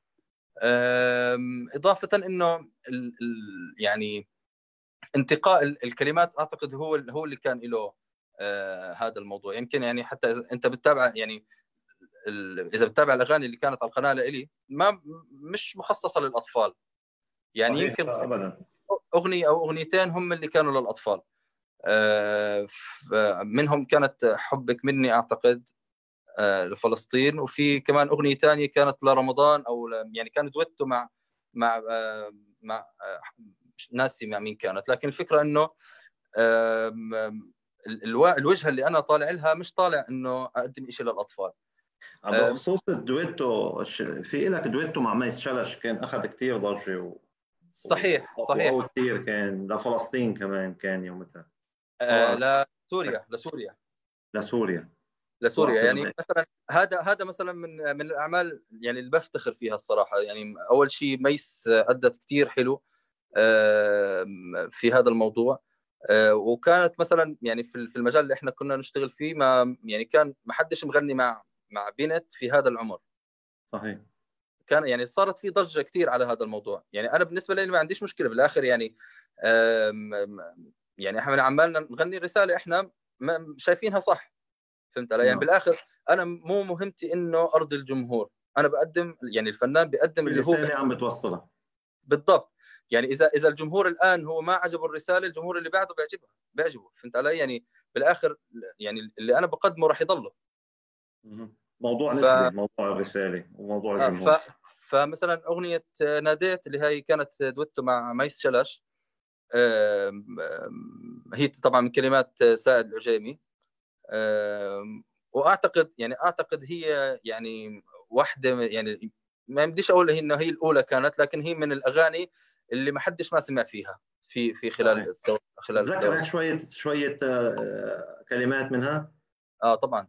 اضافه انه ال ال يعني انتقاء الكلمات اعتقد هو هو اللي كان له آه هذا الموضوع. يمكن يعني حتى إذا انت بتتابع يعني اذا بتتابع الاغاني اللي كانت على القناه لإلي ما مش مخصصه للاطفال، يعني يمكن ابدا اغنيه او اغنيتين هم اللي كانوا للاطفال. آه منهم كانت حبك مني اعتقد آه لفلسطين، وفي كمان اغنيه ثانيه كانت لرمضان او يعني كانت دويتو مع مع آه مع آه ناسي مع مين كانت، لكن الفكره انه الوجهه اللي انا طالع لها مش طالع انه اقدم شيء للاطفال. بخصوص الدويتو، في لك دويتو مع ميس شلش كان اخذ كثير ضجه و... صحيح صحيح او كثير كان لفلسطين كمان كان يومتها آه لسوريا لسوريا لسوريا لسوريا يعني مثلا هذا هذا مثلا من من الاعمال يعني اللي بفتخر فيها الصراحه. يعني اول شيء ميس ادت كثير حلو في هذا الموضوع، وكانت مثلا يعني في المجال اللي احنا كنا نشتغل فيه ما يعني كان ما حدش مغني مع مع بنت في هذا العمر. صحيح. كان يعني صارت في ضجه كثير على هذا الموضوع. يعني انا بالنسبه لي ما عنديش مشكله بالاخر، يعني يعني احنا عمالنا نغني رساله احنا شايفينها صح، فهمت علي؟ يعني بالاخر انا مو مهمتي انه ارضي الجمهور، انا بقدم يعني الفنان بيقدم اللي هو الرساله عم بتوصلها بالضبط. يعني اذا اذا الجمهور الان هو ما عجبه الرساله، الجمهور اللي بعده بيعجبها بيعجبه، فهمت علي؟ يعني بالاخر يعني اللي انا بقدمه راح يضله. موضوع نسبي ف... موضوع الرساله وموضوع الجمهور. ف... فمثلا اغنيه ناديت اللي هي كانت دويتو مع ميس شلش، هي طبعا من كلمات سائد العجيمي، واعتقد يعني اعتقد هي يعني واحده يعني ما بديش اقول انها هي الاولى كانت، لكن هي من الاغاني اللي ما حدش ما سمع فيها في في خلال الثوره خلال تذكر شويه شويه كلمات منها. اه طبعا.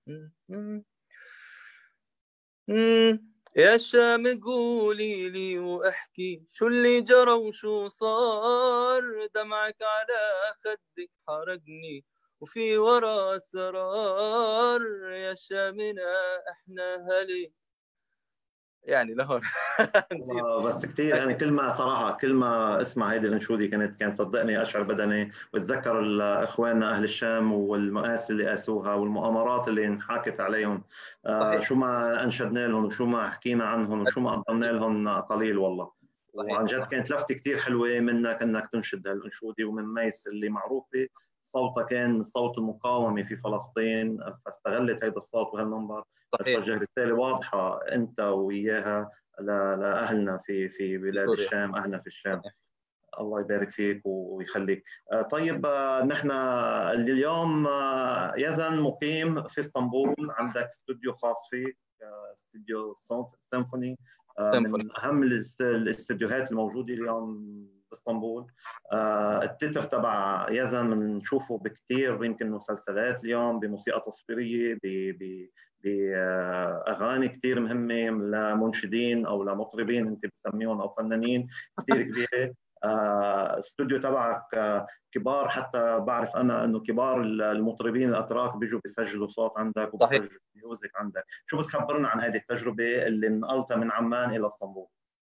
يا شام قولي لي واحكي شو اللي جرى وشو صار، دمعك على خدك حرقني وفي ورا اسرار، يا شامنا احنا هلي. يعني لهون بس كثير يعني كل ما صراحه كل ما اسمع هيدي الانشودي كانت كان صدقني اشعر بدني، واتذكر اخواننا اهل الشام والمآسي اللي قاسوها والمؤامرات اللي انحكت عليهم. آه شو ما انشدنا لهم وشو ما حكينا عنهم وشو ما قدمنا لهم قليل والله. وعن جد كانت لفتة كثير حلوه منك انك تنشد هالانشودي، ومن ميس اللي معروفه صوتها كان صوت المقاومه في فلسطين، فاستغلت هذا الصوت وهالمنبر توجه رساله واضحه انت وياها لاهلنا في في بلاد سوريا. الشام، اهلنا في الشام. الله يبارك فيك ويخليك. طيب نحن اليوم يزن مقيم في اسطنبول، عندك استوديو خاص فيك، استوديو سيمفوني من اهم الاستديوهات الموجوده اليوم باسطنبول. التتر تبع يزن بنشوفه بكثير يمكن مسلسلات اليوم، بموسيقى تصويريه، ب باغاني كثير مهمه لمنشدين او لمطربين انت بتسميهم او فنانين كثير كبيره. استوديو تبعك كبار، حتى بعرف انا انه كبار المطربين الاتراك بيجوا بيسجلوا صوت عندك وبيسجلوا ميوزك عندك. شو بتخبرنا عن هذه التجربه اللي نقلتها من عمان الى اسطنبول؟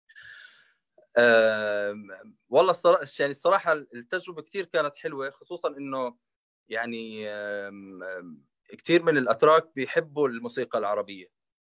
أه والله الصراحه يعني الصراحه التجربه كثير كانت حلوه، خصوصا انه يعني كثير من الاتراك بيحبوا الموسيقى العربيه.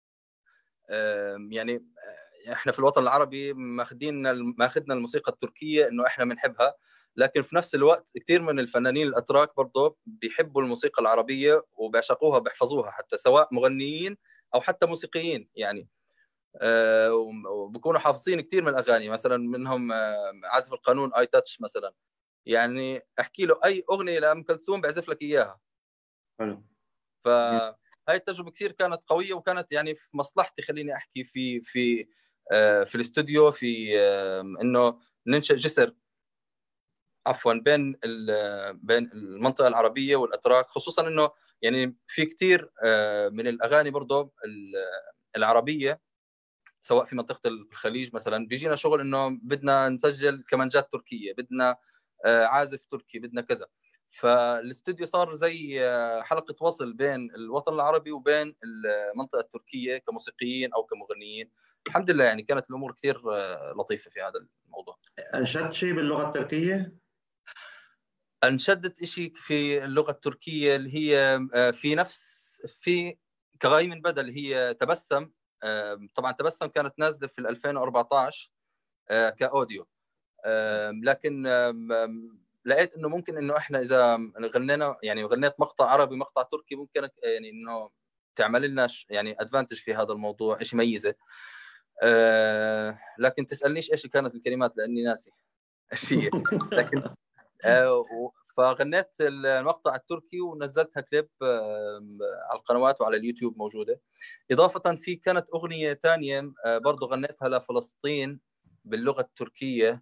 يعني احنا في الوطن العربي ماخذين ماخذنا الموسيقى التركيه انه احنا بنحبها، لكن في نفس الوقت كثير من الفنانين الاتراك برضه بيحبوا الموسيقى العربيه وبيعشقوها بيحفظوها، حتى سواء مغنيين او حتى موسيقيين يعني. أه وبكونوا حافظين كثير من الاغاني، مثلا منهم عازف القانون اي تاتش مثلا، يعني احكي له اي اغنيه لام كلثوم بعزف لك اياها. حلو. فهاي التجربه كثير كانت قويه، وكانت يعني في مصلحتي خليني احكي في في آه في الاستوديو، في آه انه ننشئ جسر عفوا بين بين المنطقه العربيه والاتراك، خصوصا انه يعني في كثير آه من الاغاني برضه العربيه سواء في منطقه الخليج مثلا بيجينا شغل انه بدنا نسجل كمانجات تركيه، بدنا آه عازف تركي، بدنا كذا. فالاستوديو صار زي حلقة وصل بين الوطن العربي وبين المنطقة التركية كموسيقيين أو كمغنيين. الحمد لله يعني كانت الأمور كثير لطيفة في هذا الموضوع. أنشدت شيء باللغة التركية؟ أنشدت شيء في اللغة التركية اللي هي في نفس في كغاي من بدل، هي تبسم. طبعا تبسم كانت نازلة في ألفين وأربعة عشر كأوديو، لكن لقيت انه ممكن انه احنا اذا غنينا يعني غنيت مقطع عربي مقطع تركي ممكن يعني انه تعمل لنا يعني ادفانتج في هذا الموضوع، شيء ميزه. أه لكن تسالنيش ايش كانت الكلمات لاني ناسي الشيء. لكن أه فغنيت المقطع التركي ونزلتها كليب أه على القنوات وعلى اليوتيوب موجوده. اضافه في كانت اغنيه ثانيه أه برضه غنيتها لفلسطين باللغه التركيه،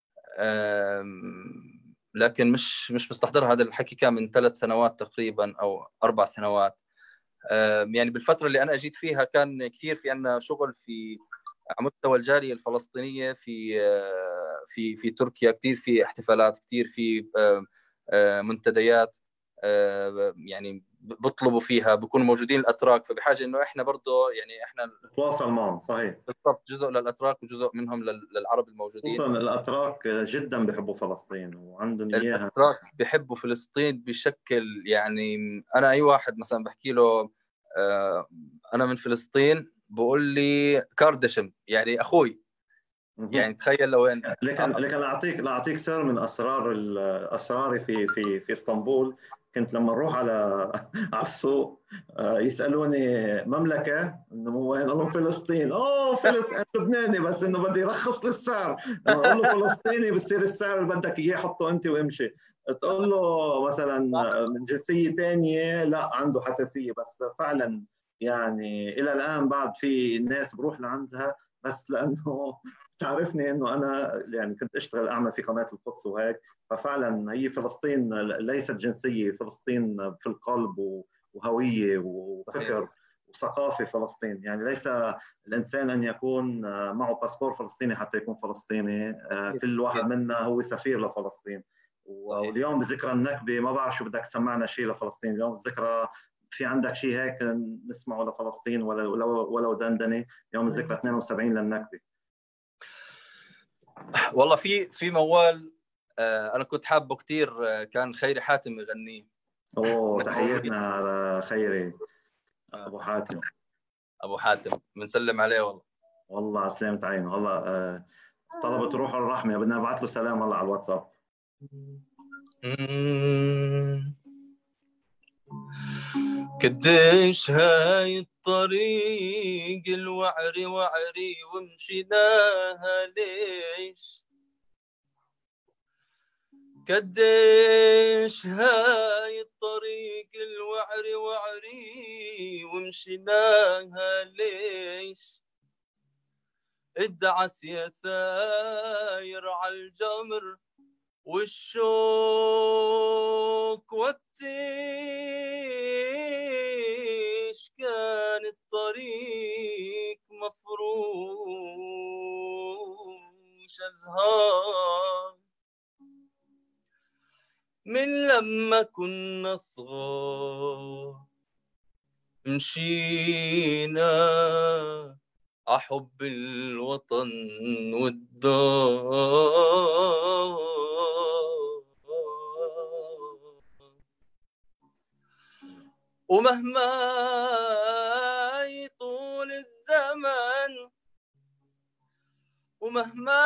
أه لكن مش مش مستحضرها. هذا الحكي كان من ثلاث سنوات تقريبا او اربع سنوات. يعني بالفتره اللي انا اجيت فيها كان كثير في عندنا شغل في على مستوى الجاليه الفلسطينيه في في في تركيا، كثير في احتفالات، كثير في منتديات يعني بيطلبوا فيها، بيكونوا موجودين الاتراك، فبحاجه انه احنا برضه يعني احنا نتواصل معهم. صحيح بالضبط، جزء للاتراك وجزء منهم للعرب الموجودين. خصوصا الاتراك جدا بحبوا فلسطين وعندهم اياها. الاتراك بحبوا فلسطين بشكل يعني انا اي واحد مثلا بحكي له انا من فلسطين بقول لي كاردشم يعني اخوي. يعني تخيل لوين. لكن لكن اعطيك لاعطيك سر من اسرار اسراري في في في اسطنبول. كنت لما اروح على على السوق يسالوني مملكه انه وين، اقول لهم فلسطين. اوه فلسطين لبناني، بس انه بدي يرخص لي السعر. لما اقول له فلسطيني بصير السعر اللي بدك اياه حطه انت وامشي. تقول له مثلا من جنسيه ثانيه لا عنده حساسيه. بس فعلا يعني الى الان بعد في ناس بروح لعندها بس لانه تعرفني انه انا يعني كنت اشتغل اعمل في قناه القدس وهيك. ففعلا هي فلسطين ليست جنسيه، فلسطين في القلب وهويه وفكر وثقافه. فلسطين يعني ليس الانسان ان يكون معه باسبور فلسطيني حتى يكون فلسطيني. كل واحد منا هو سفير لفلسطين. واليوم بذكرى النكبه ما بعرف شو بدك تسمعنا شيء لفلسطين. اليوم الذكرى في عندك شيء هيك نسمعه لفلسطين ولو ولو دندنه؟ يوم الذكرى اثنين وسبعين للنكبه. والله في في موال آه انا كنت حابه كثير، آه كان خيري حاتم يغنيه. اوه تحياتنا لخيري ابو حاتم. ابو حاتم بنسلم عليه والله. والله على سلامة عينه. والله آه طلبت روح الرحمه، بدنا نبعث له سلام والله على الواتساب. قديش هاي الطريق الوعري وعري ومشيناها ليش، قديش هاي الطريق الوعري وعري ومشيناها ليش، ادعس يا ثاير على الجمر والشوك والتيش، كان الطريق مفروش أزهار من لما كنا صغار، مشينا أحب الوطن والدار، ومهما يطول الزمن ومهما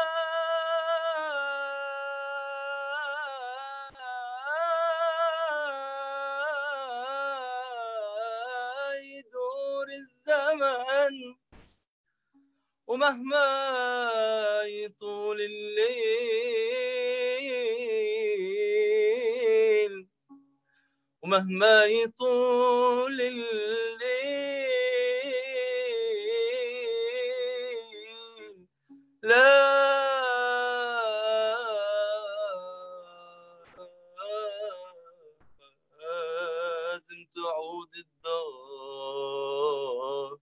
يدور الزمن ومهما يطول الليل ومهما يطول الليل لازم تعود الدار،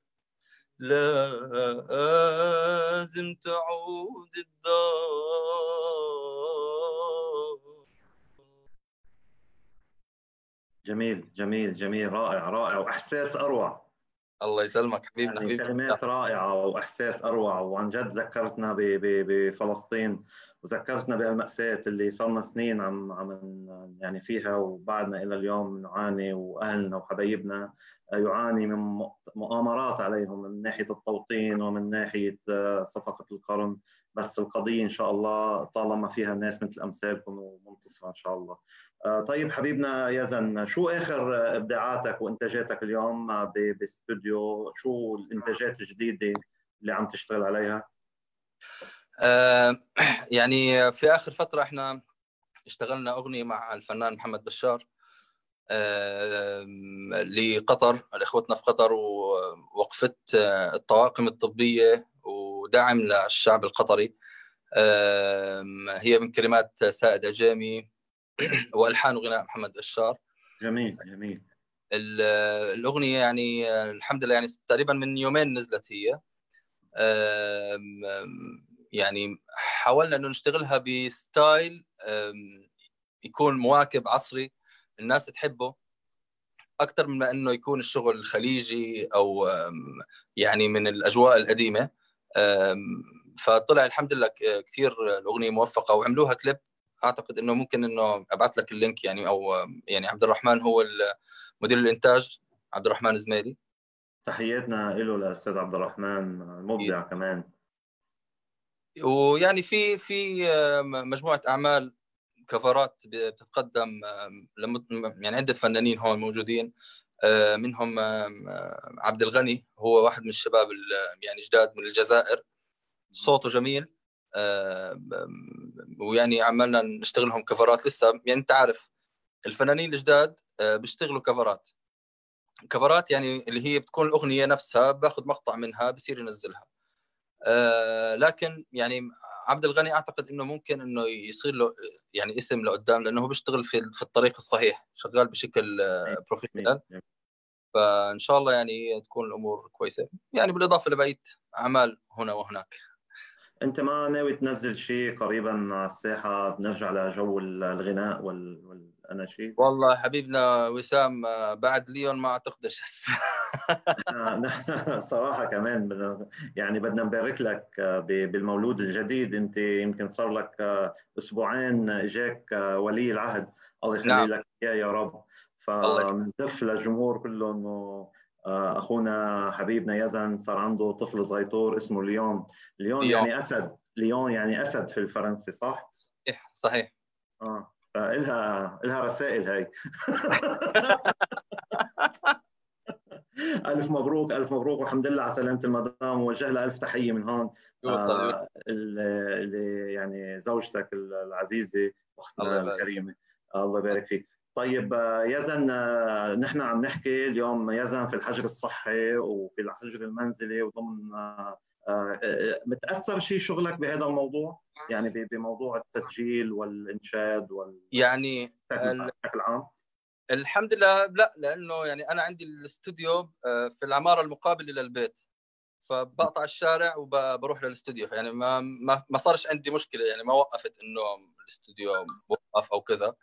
لازم تعود الدار. جميل جميل جميل، رائع رائع، واحساس اروع. الله يسلمك حبيبنا يعني حبيبنا. كلمات رائعة وإحساس أروع، وعن جد ذكرتنا ب- ب- بفلسطين، وذكرتنا بهالمأساة اللي صارنا سنين عم عم يعني فيها، وبعدنا إلى اليوم نعاني، وأهلنا وحبايبنا يعاني من مؤامرات عليهم من ناحية التوطين ومن ناحية صفقة القرن. بس القضية إن شاء الله طالما فيها ناس مثل أمثالكم منتصرة إن شاء الله. طيب حبيبنا يزن، شو آخر إبداعاتك وإنتاجاتك اليوم باستوديو؟ شو الإنتاجات الجديدة اللي عم تشتغل عليها؟ آه يعني في آخر فترة إحنا اشتغلنا أغنية مع الفنان محمد بشار آه لقطر، لإخوتنا في قطر، ووقفة الطواقم الطبية ودعم للشعب القطري. آه هي من كلمات سائد عجامي والحان وغناء محمد بشار. جميل جميل. الاغنيه يعني الحمد لله يعني تقريبا من يومين نزلت هي. يعني حاولنا انه نشتغلها بستايل يكون مواكب عصري الناس تحبه اكثر من انه يكون الشغل خليجي او يعني من الاجواء القديمه. فطلع الحمد لله كثير الاغنيه موفقه، وعملوها كليب. اعتقد انه ممكن انه ابعث لك اللينك يعني، او يعني عبد الرحمن هو مدير الانتاج، عبد الرحمن زميلي. تحياتنا له للاستاذ عبد الرحمن، مبدع كمان. ويعني في في مجموعه اعمال كفرات بتتقدم يعني عده فنانين هون موجودين، منهم عبد الغني، هو واحد من الشباب يعني جداد من الجزائر، صوته جميل. ويعني عملنا نشتغل لهم كفرات لسه. يعني انت عارف الفنانين الجداد بيشتغلوا كفرات كفرات يعني اللي هي بتكون الاغنيه نفسها باخذ مقطع منها بصير ينزلها. لكن يعني عبد الغني اعتقد انه ممكن انه يصير له يعني اسم لقدام، لانه هو بيشتغل في في الطريق الصحيح، شغال بشكل بروفيشنال. فان شاء الله يعني تكون الامور كويسه، يعني بالاضافه لبقيه اعمال هنا وهناك. انت ما ناوي تنزل شيء قريبا على الساحه، نرجع لجو الغناء والاناشيد؟ والله حبيبنا وسام بعد ليون ما اعتقدش هسه. صراحه كمان يعني بدنا نبارك لك بالمولود الجديد. انت يمكن صار لك اسبوعين اجاك ولي العهد، الله يخلي نعم. لك اياه يا رب. فبنزف للجمهور كله انه اخونا حبيبنا يزن صار عنده طفل صغيطور اسمه ليون. ليون ليون يعني اسد، ليون يعني اسد في الفرنسي، صح؟ صحيح صحيح. اه فإلها إلها رسائل هاي. ألف مبروك ألف مبروك، والحمد لله على سلامة المدام، ووجه لها ألف تحية من هون. يوصل يوصل. آه اللي يعني زوجتك العزيزة الله أختنا يبارك. الكريمة. آه الله يبارك فيك. طيب آه يزن، آه نحن عم نحكي اليوم يزن في الحجر الصحي وفي الحجر المنزلي وضمن آه آه متأثر شيء شغلك بهذا الموضوع؟ يعني بموضوع التسجيل والإنشاد وال يعني بشكل عام؟ الحمد لله لا، لانه يعني انا عندي الاستوديو في العماره المقابله للبيت، فبقطع الشارع وبروح للاستوديو. يعني ما ما ما صارش عندي مشكله، يعني ما وقفت انه الاستوديو وقف او كذا.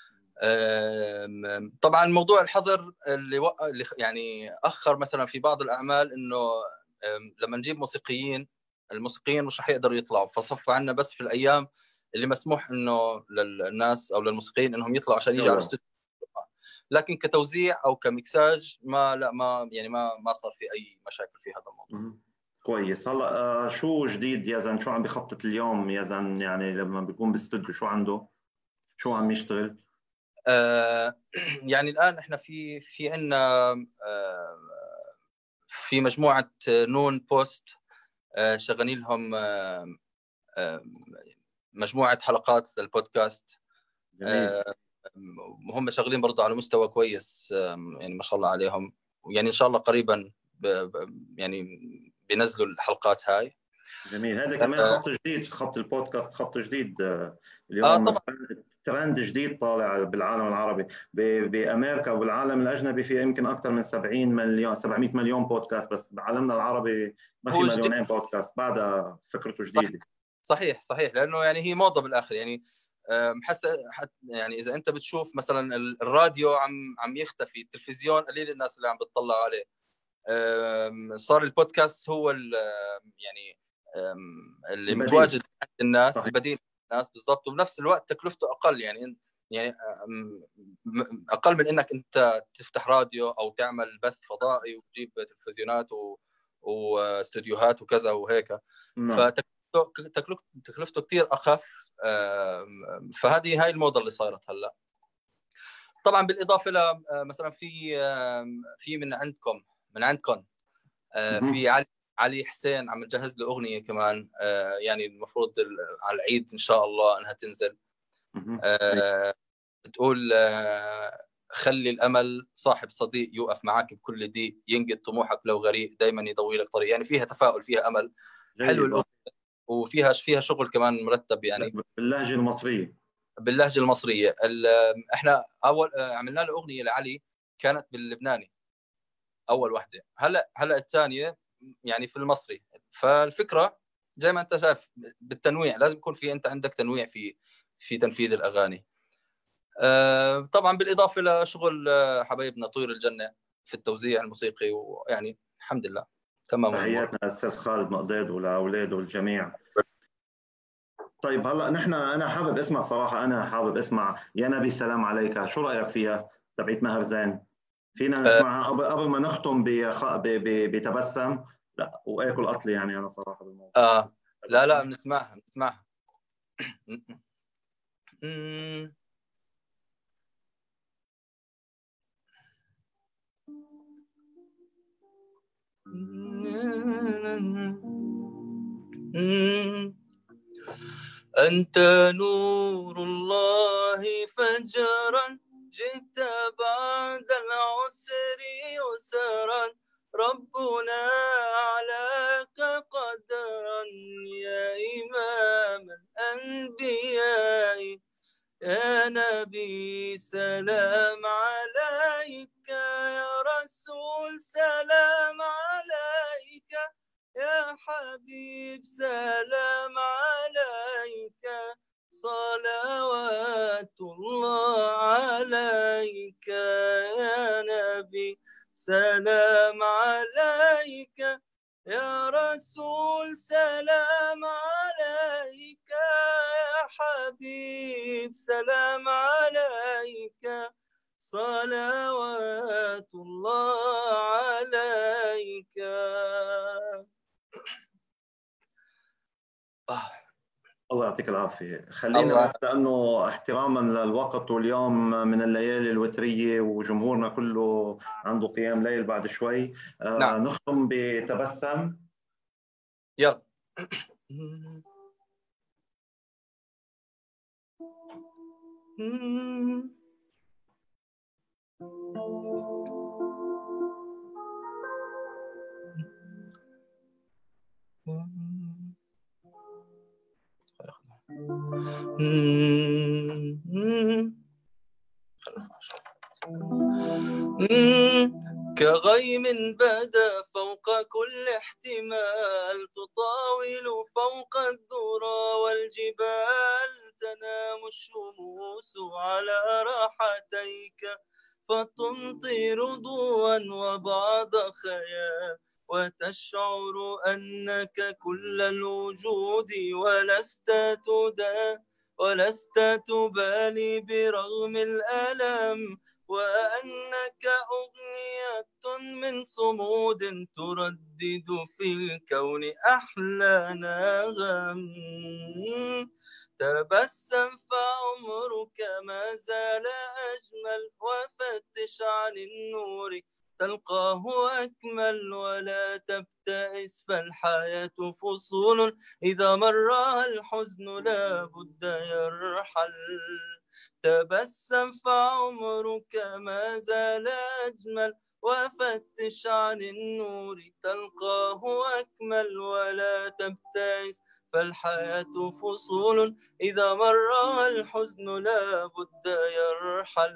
طبعا موضوع الحظر اللي وق... اللي يعني اخر مثلا في بعض الاعمال انه لما نجيب موسيقيين، الموسيقيين مش رح يقدروا يطلعوا، فصف عنا بس في الايام اللي مسموح انه للناس او للموسيقيين انهم يطلعوا عشان يجوا على الاستوديو. لكن كتوزيع او كمكساج ما لا ما يعني ما ما صار في اي مشاكل في هذا الموضوع. كويس. هلا آه شو جديد يزن؟ شو عم بخطط اليوم يزن؟ يعني لما بيكون باستوديو شو عنده؟ شو عم يشتغل؟ آه يعني الان احنا في في عندنا آه في مجموعه نون بوست آه شغالين لهم آه آه مجموعه حلقات للبودكاست. جميل. وهم شغالين برضو على مستوى كويس، يعني ما شاء الله عليهم. ويعني ان شاء الله قريبا ب يعني بينزلوا الحلقات هاي. جميل. هذا كمان خط جديد، خط البودكاست خط جديد اه اليوم. طبعا ترند جديد طالع بالعالم العربي. بامريكا وبالعالم الاجنبي في يمكن اكثر من سبعين مليون سبعمية مليون بودكاست، بس بعالمنا العربي ما في مليونين بودكاست. بعدها فكرته جديده. صحيح صحيح، لانه يعني هي موضه بالاخر. يعني محس يعني اذا انت بتشوف مثلا الراديو عم عم يختفي، التلفزيون قليل الناس اللي عم بتطلع عليه، صار البودكاست هو يعني اللي متواجد عند الناس، صحيح. البديل الناس بالضبط، وبنفس الوقت تكلفته اقل، يعني يعني اقل من انك انت تفتح راديو او تعمل بث فضائي وتجيب تلفزيونات و... واستوديوهات وكذا وهيك. فتكلفته تكلفته تكلفته كثير اخف. فهذه هاي الموضه اللي صارت هلا. طبعا بالاضافه ل مثلا في في من عندكم من عندكم في علي علي حسين عم نجهز له اغنيه كمان، يعني المفروض على العيد ان شاء الله انها تنزل. بتقول خلي الامل صاحب صديق يوقف معك بكل ضيق، ينقذ طموحك لو غريق، دائما يضوي لك طريق. يعني فيها تفاؤل، فيها امل. حلو الاغنيه، وفيها فيها شغل كمان مرتب، يعني باللهجه المصريه باللهجه المصريه. احنا اول عملنا له اغنيه لعلي كانت باللبناني اول واحده، هلا هلا الثانيه يعني في المصري. فالفكره زي ما انت شايف بالتنويع، لازم يكون في انت عندك تنويع في في تنفيذ الاغاني. أه طبعا بالاضافه لشغل حبايبنا طيور الجنه في التوزيع الموسيقي، ويعني الحمد لله تمام. تحياتنا للاستاذ خالد مقداد ولاولاده والجميع. طيب هلا نحن انا حابب اسمع صراحه، انا حابب اسمع يا نبي سلام عليك، شو رايك فيها تبعت ماهر زين؟ فينا نسمعها قبل قبل ما نختم بخ... ب... ب... بتبسم؟ لا واكل قطلي يعني انا صراحه بالموضوع. اه لا لا بنسمعها بنسمعها. أنت نور الله فجرا، جئت بعد العسر يسرا، ربنا أعلاك قدرا يا إمام الأنبياء. يا نبي سلام عليك، يا رسول سلام عليك، يا حبيب سلام عليك، صلوات الله عليك. يا نبي سلام عليك، يا رسول سلام عليك، يا حبيب سلام عليك، صلوات الله عليك. آه. الله يعطيك العافية. خلينا بس لأنه احتراما للوقت، واليوم من الليالي الوترية وجمهورنا كله عنده قيام ليل بعد شوي. آه نعم. نختم بتبسم. يلا. كغيم بدا فوق كل احتمال، تطاول فوق الذرى والجبال، تنام الشموس على راحتيك، فتمطر ضوءا وبعض خيال، وتشعر أنك كل الوجود، ولست تدا ولست تبالي برغم الألم، وأنك أغنية من صمود تردد في الكون أحلى نغم. تبسم فعمرك ما زال أجمل، وفتش عن النور تلقاه أكمل، ولا تبتئس فالحياة فصول، إذا مرها الحزن لا بد يرحل. تبسم فعمرك ما زال أجمل، وفتش عن النور تلقاه أكمل، ولا تبتئس فالحياة فصول، إذا مرها الحزن لا بد يرحل.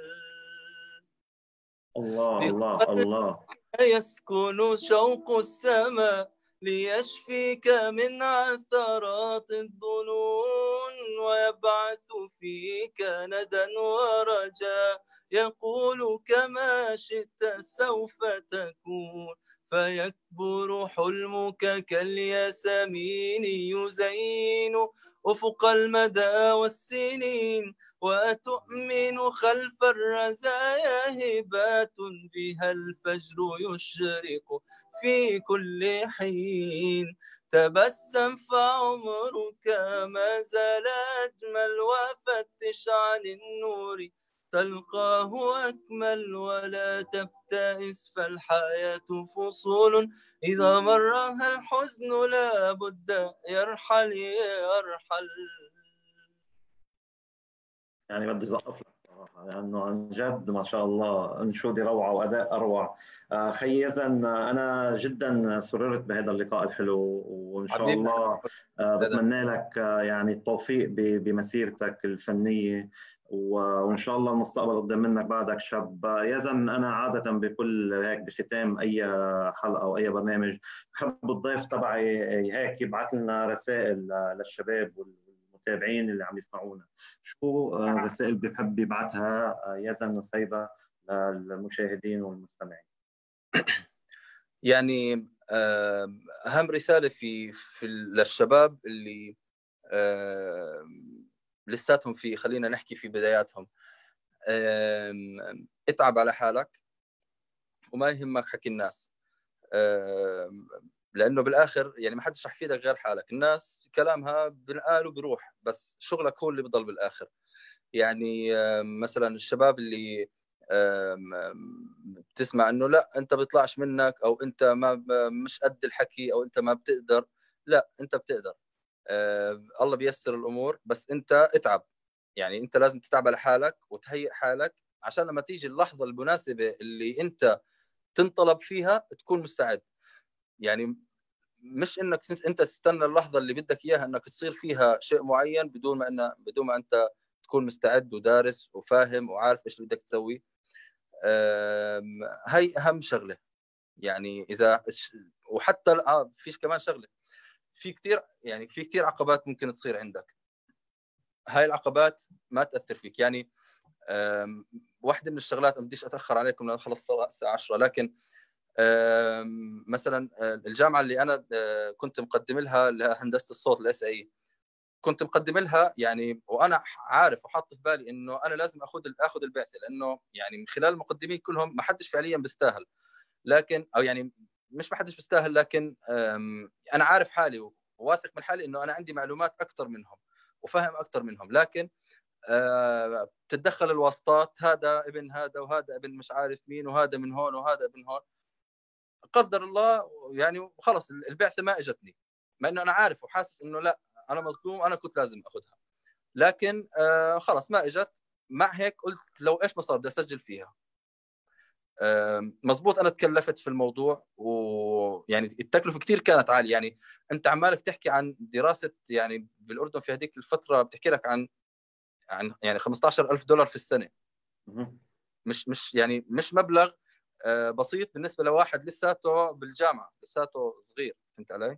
الله الله الله. يسكن شوق السماء ليشفيك من عثرات الظنون، ويبعث فيك ندا ورجا، يقول كما شئت سوف تكون، فيكبر حلمك كالياسمين يزين أفق المدى والسنين، وتؤمن خلف الرزايا هبات بها الفجر يشرق في كل حين. تبسم فعمرك ما زال أجمل، وفتش عن النور تلقاه أكمل، ولا تبتئس فالحياة فصول، إذا مرها الحزن لا بد يرحل يرحل. يعني بدي زقف لك صراحة، لأنه عن جد ما شاء الله أنشودة روعة وأداء أروع. آه، خي يزن، أنا جدا سررت بهذا اللقاء الحلو، وإن شاء حبيبي الله آه، بتمنى لك آه، يعني التوفيق ب- بمسيرتك الفنية، و- وإن شاء الله المستقبل قدام منك بعدك شاب. آه، يزن، أنا عادة بكل هيك بختام أي حلقة أو أي برنامج بحب الضيف تبعي هيك يبعث لنا رسائل آه، للشباب والمتابعين اللي عم يسمعونا. شو آه، الرسائل بحب يبعثها آه، يزن نصيبة للمشاهدين والمستمعين؟ يعني أهم رسالة في في للشباب اللي لساتهم في، خلينا نحكي في بداياتهم، اتعب على حالك وما يهمك حكي الناس، لأنه بالآخر يعني ما حدش رح يفيدك غير حالك. الناس كلامها بنقال وبروح، بس شغلك هو اللي بضل بالآخر. يعني مثلا الشباب اللي بتسمع انه لا انت بيطلعش منك، او انت ما مش قد الحكي، او انت ما بتقدر، لا انت بتقدر. الله بيسر الامور، بس انت اتعب. يعني انت لازم تتعب على حالك وتهيئ حالك عشان لما تيجي اللحظه المناسبه اللي انت تنطلب فيها تكون مستعد. يعني مش انك انت تستنى اللحظه اللي بدك اياها انك تصير فيها شيء معين بدون ما ان بدون ما انت تكون مستعد ودارس وفاهم وعارف ايش اللي بدك تسوي. هاي اهم شغله. يعني اذا وحتى آه في كمان شغله، في كثير يعني في كثير عقبات ممكن تصير عندك. هاي العقبات ما تاثر فيك. يعني واحده من الشغلات، ما بديش اتاخر عليكم لان خلص صار الساعه عشرة، لكن مثلا الجامعه اللي انا كنت مقدم لها لهندسه الصوت الاس اي، كنت مقدم لها يعني وانا عارف وحاط في بالي انه انا لازم اخذ اخذ البعثه، لانه يعني من خلال المقدمين كلهم ما حدش فعليا بيستاهل، لكن او يعني مش ما حدش بيستاهل، لكن انا عارف حالي وواثق من حالي انه انا عندي معلومات اكثر منهم وفهم اكثر منهم، لكن بتتدخل الواسطات، هذا ابن هذا وهذا ابن مش عارف مين وهذا من هون وهذا ابن هون، قدر الله يعني خلص البعثه ما اجتني، مع انه انا عارف وحاسس انه لا انا مظلوم، انا كنت لازم اخذها، لكن آه خلص ما اجت. مع هيك قلت لو ايش ما صار بدي اسجل فيها. آه مزبوط، انا تكلفت في الموضوع، ويعني التكلفه كثير كانت عاليه. يعني انت عمالك تحكي عن دراسه، يعني بالاردن في هذيك الفتره بتحكي لك عن عن يعني خمسة عشر ألف دولار في السنه. مش مش يعني مش مبلغ بسيط بالنسبه لواحد لساته بالجامعه، لساته صغير، فهمت علي؟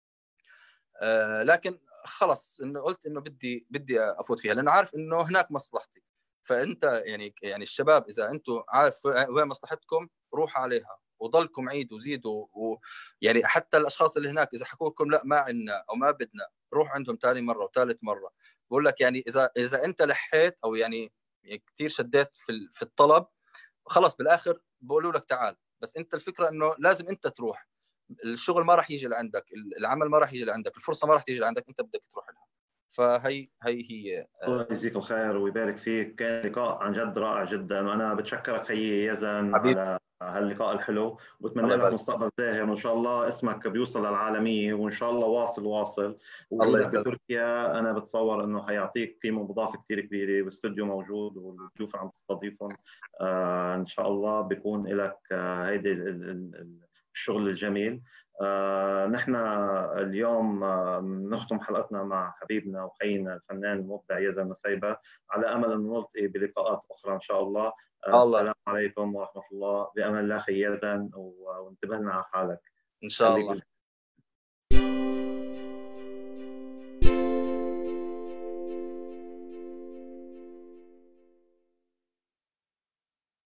آه لكن خلص انه قلت انه بدي بدي افوت فيها، لانه عارف انه هناك مصلحتي. فانت يعني يعني الشباب اذا انتم عارف وين مصلحتكم روحوا عليها وضلكم عيدوا وزيدوا، ويعني حتى الاشخاص اللي هناك اذا حكوا لكم لا ما عندنا او ما بدنا، روح عندهم ثاني مره وثالث مره. بقول لك يعني اذا اذا انت لحيت او يعني كثير شديت في في الطلب، خلص بالاخر بقولوا لك تعال. بس انت الفكره انه لازم انت تروح، الشغل ما راح يجي لعندك، العمل ما راح يجي لعندك، الفرصه ما راح تيجي لعندك، انت بدك تروح لها. فهي هي هي الله يجزيك الخير ويبارك فيك، كان لقاء عن جد رائع جدا، وانا بتشكرك خيي يزن حبيب. على هاللقاء الحلو، وبتمنى لك مستقبل زاهر، وان شاء الله اسمك بيوصل للعالميه، وان شاء الله واصل واصل. وجودك بتركيا انا بتصور انه حيعطيك قيمه مضافه كثير كبيره، والاستوديو موجود والضيوف عم تستضيفهم، آه ان شاء الله بيكون لك آه هيدي الشغل الجميل. آه نحن اليوم آه نختم حلقتنا مع حبيبنا وخينا الفنان المبدع يزن نصيبة، على أمل أن نلتقي بلقاءات أخرى إن شاء الله. آه الله. السلام عليكم ورحمة الله، بأمان الله خي يزن، وانتبه لنا على حالك إن شاء الله.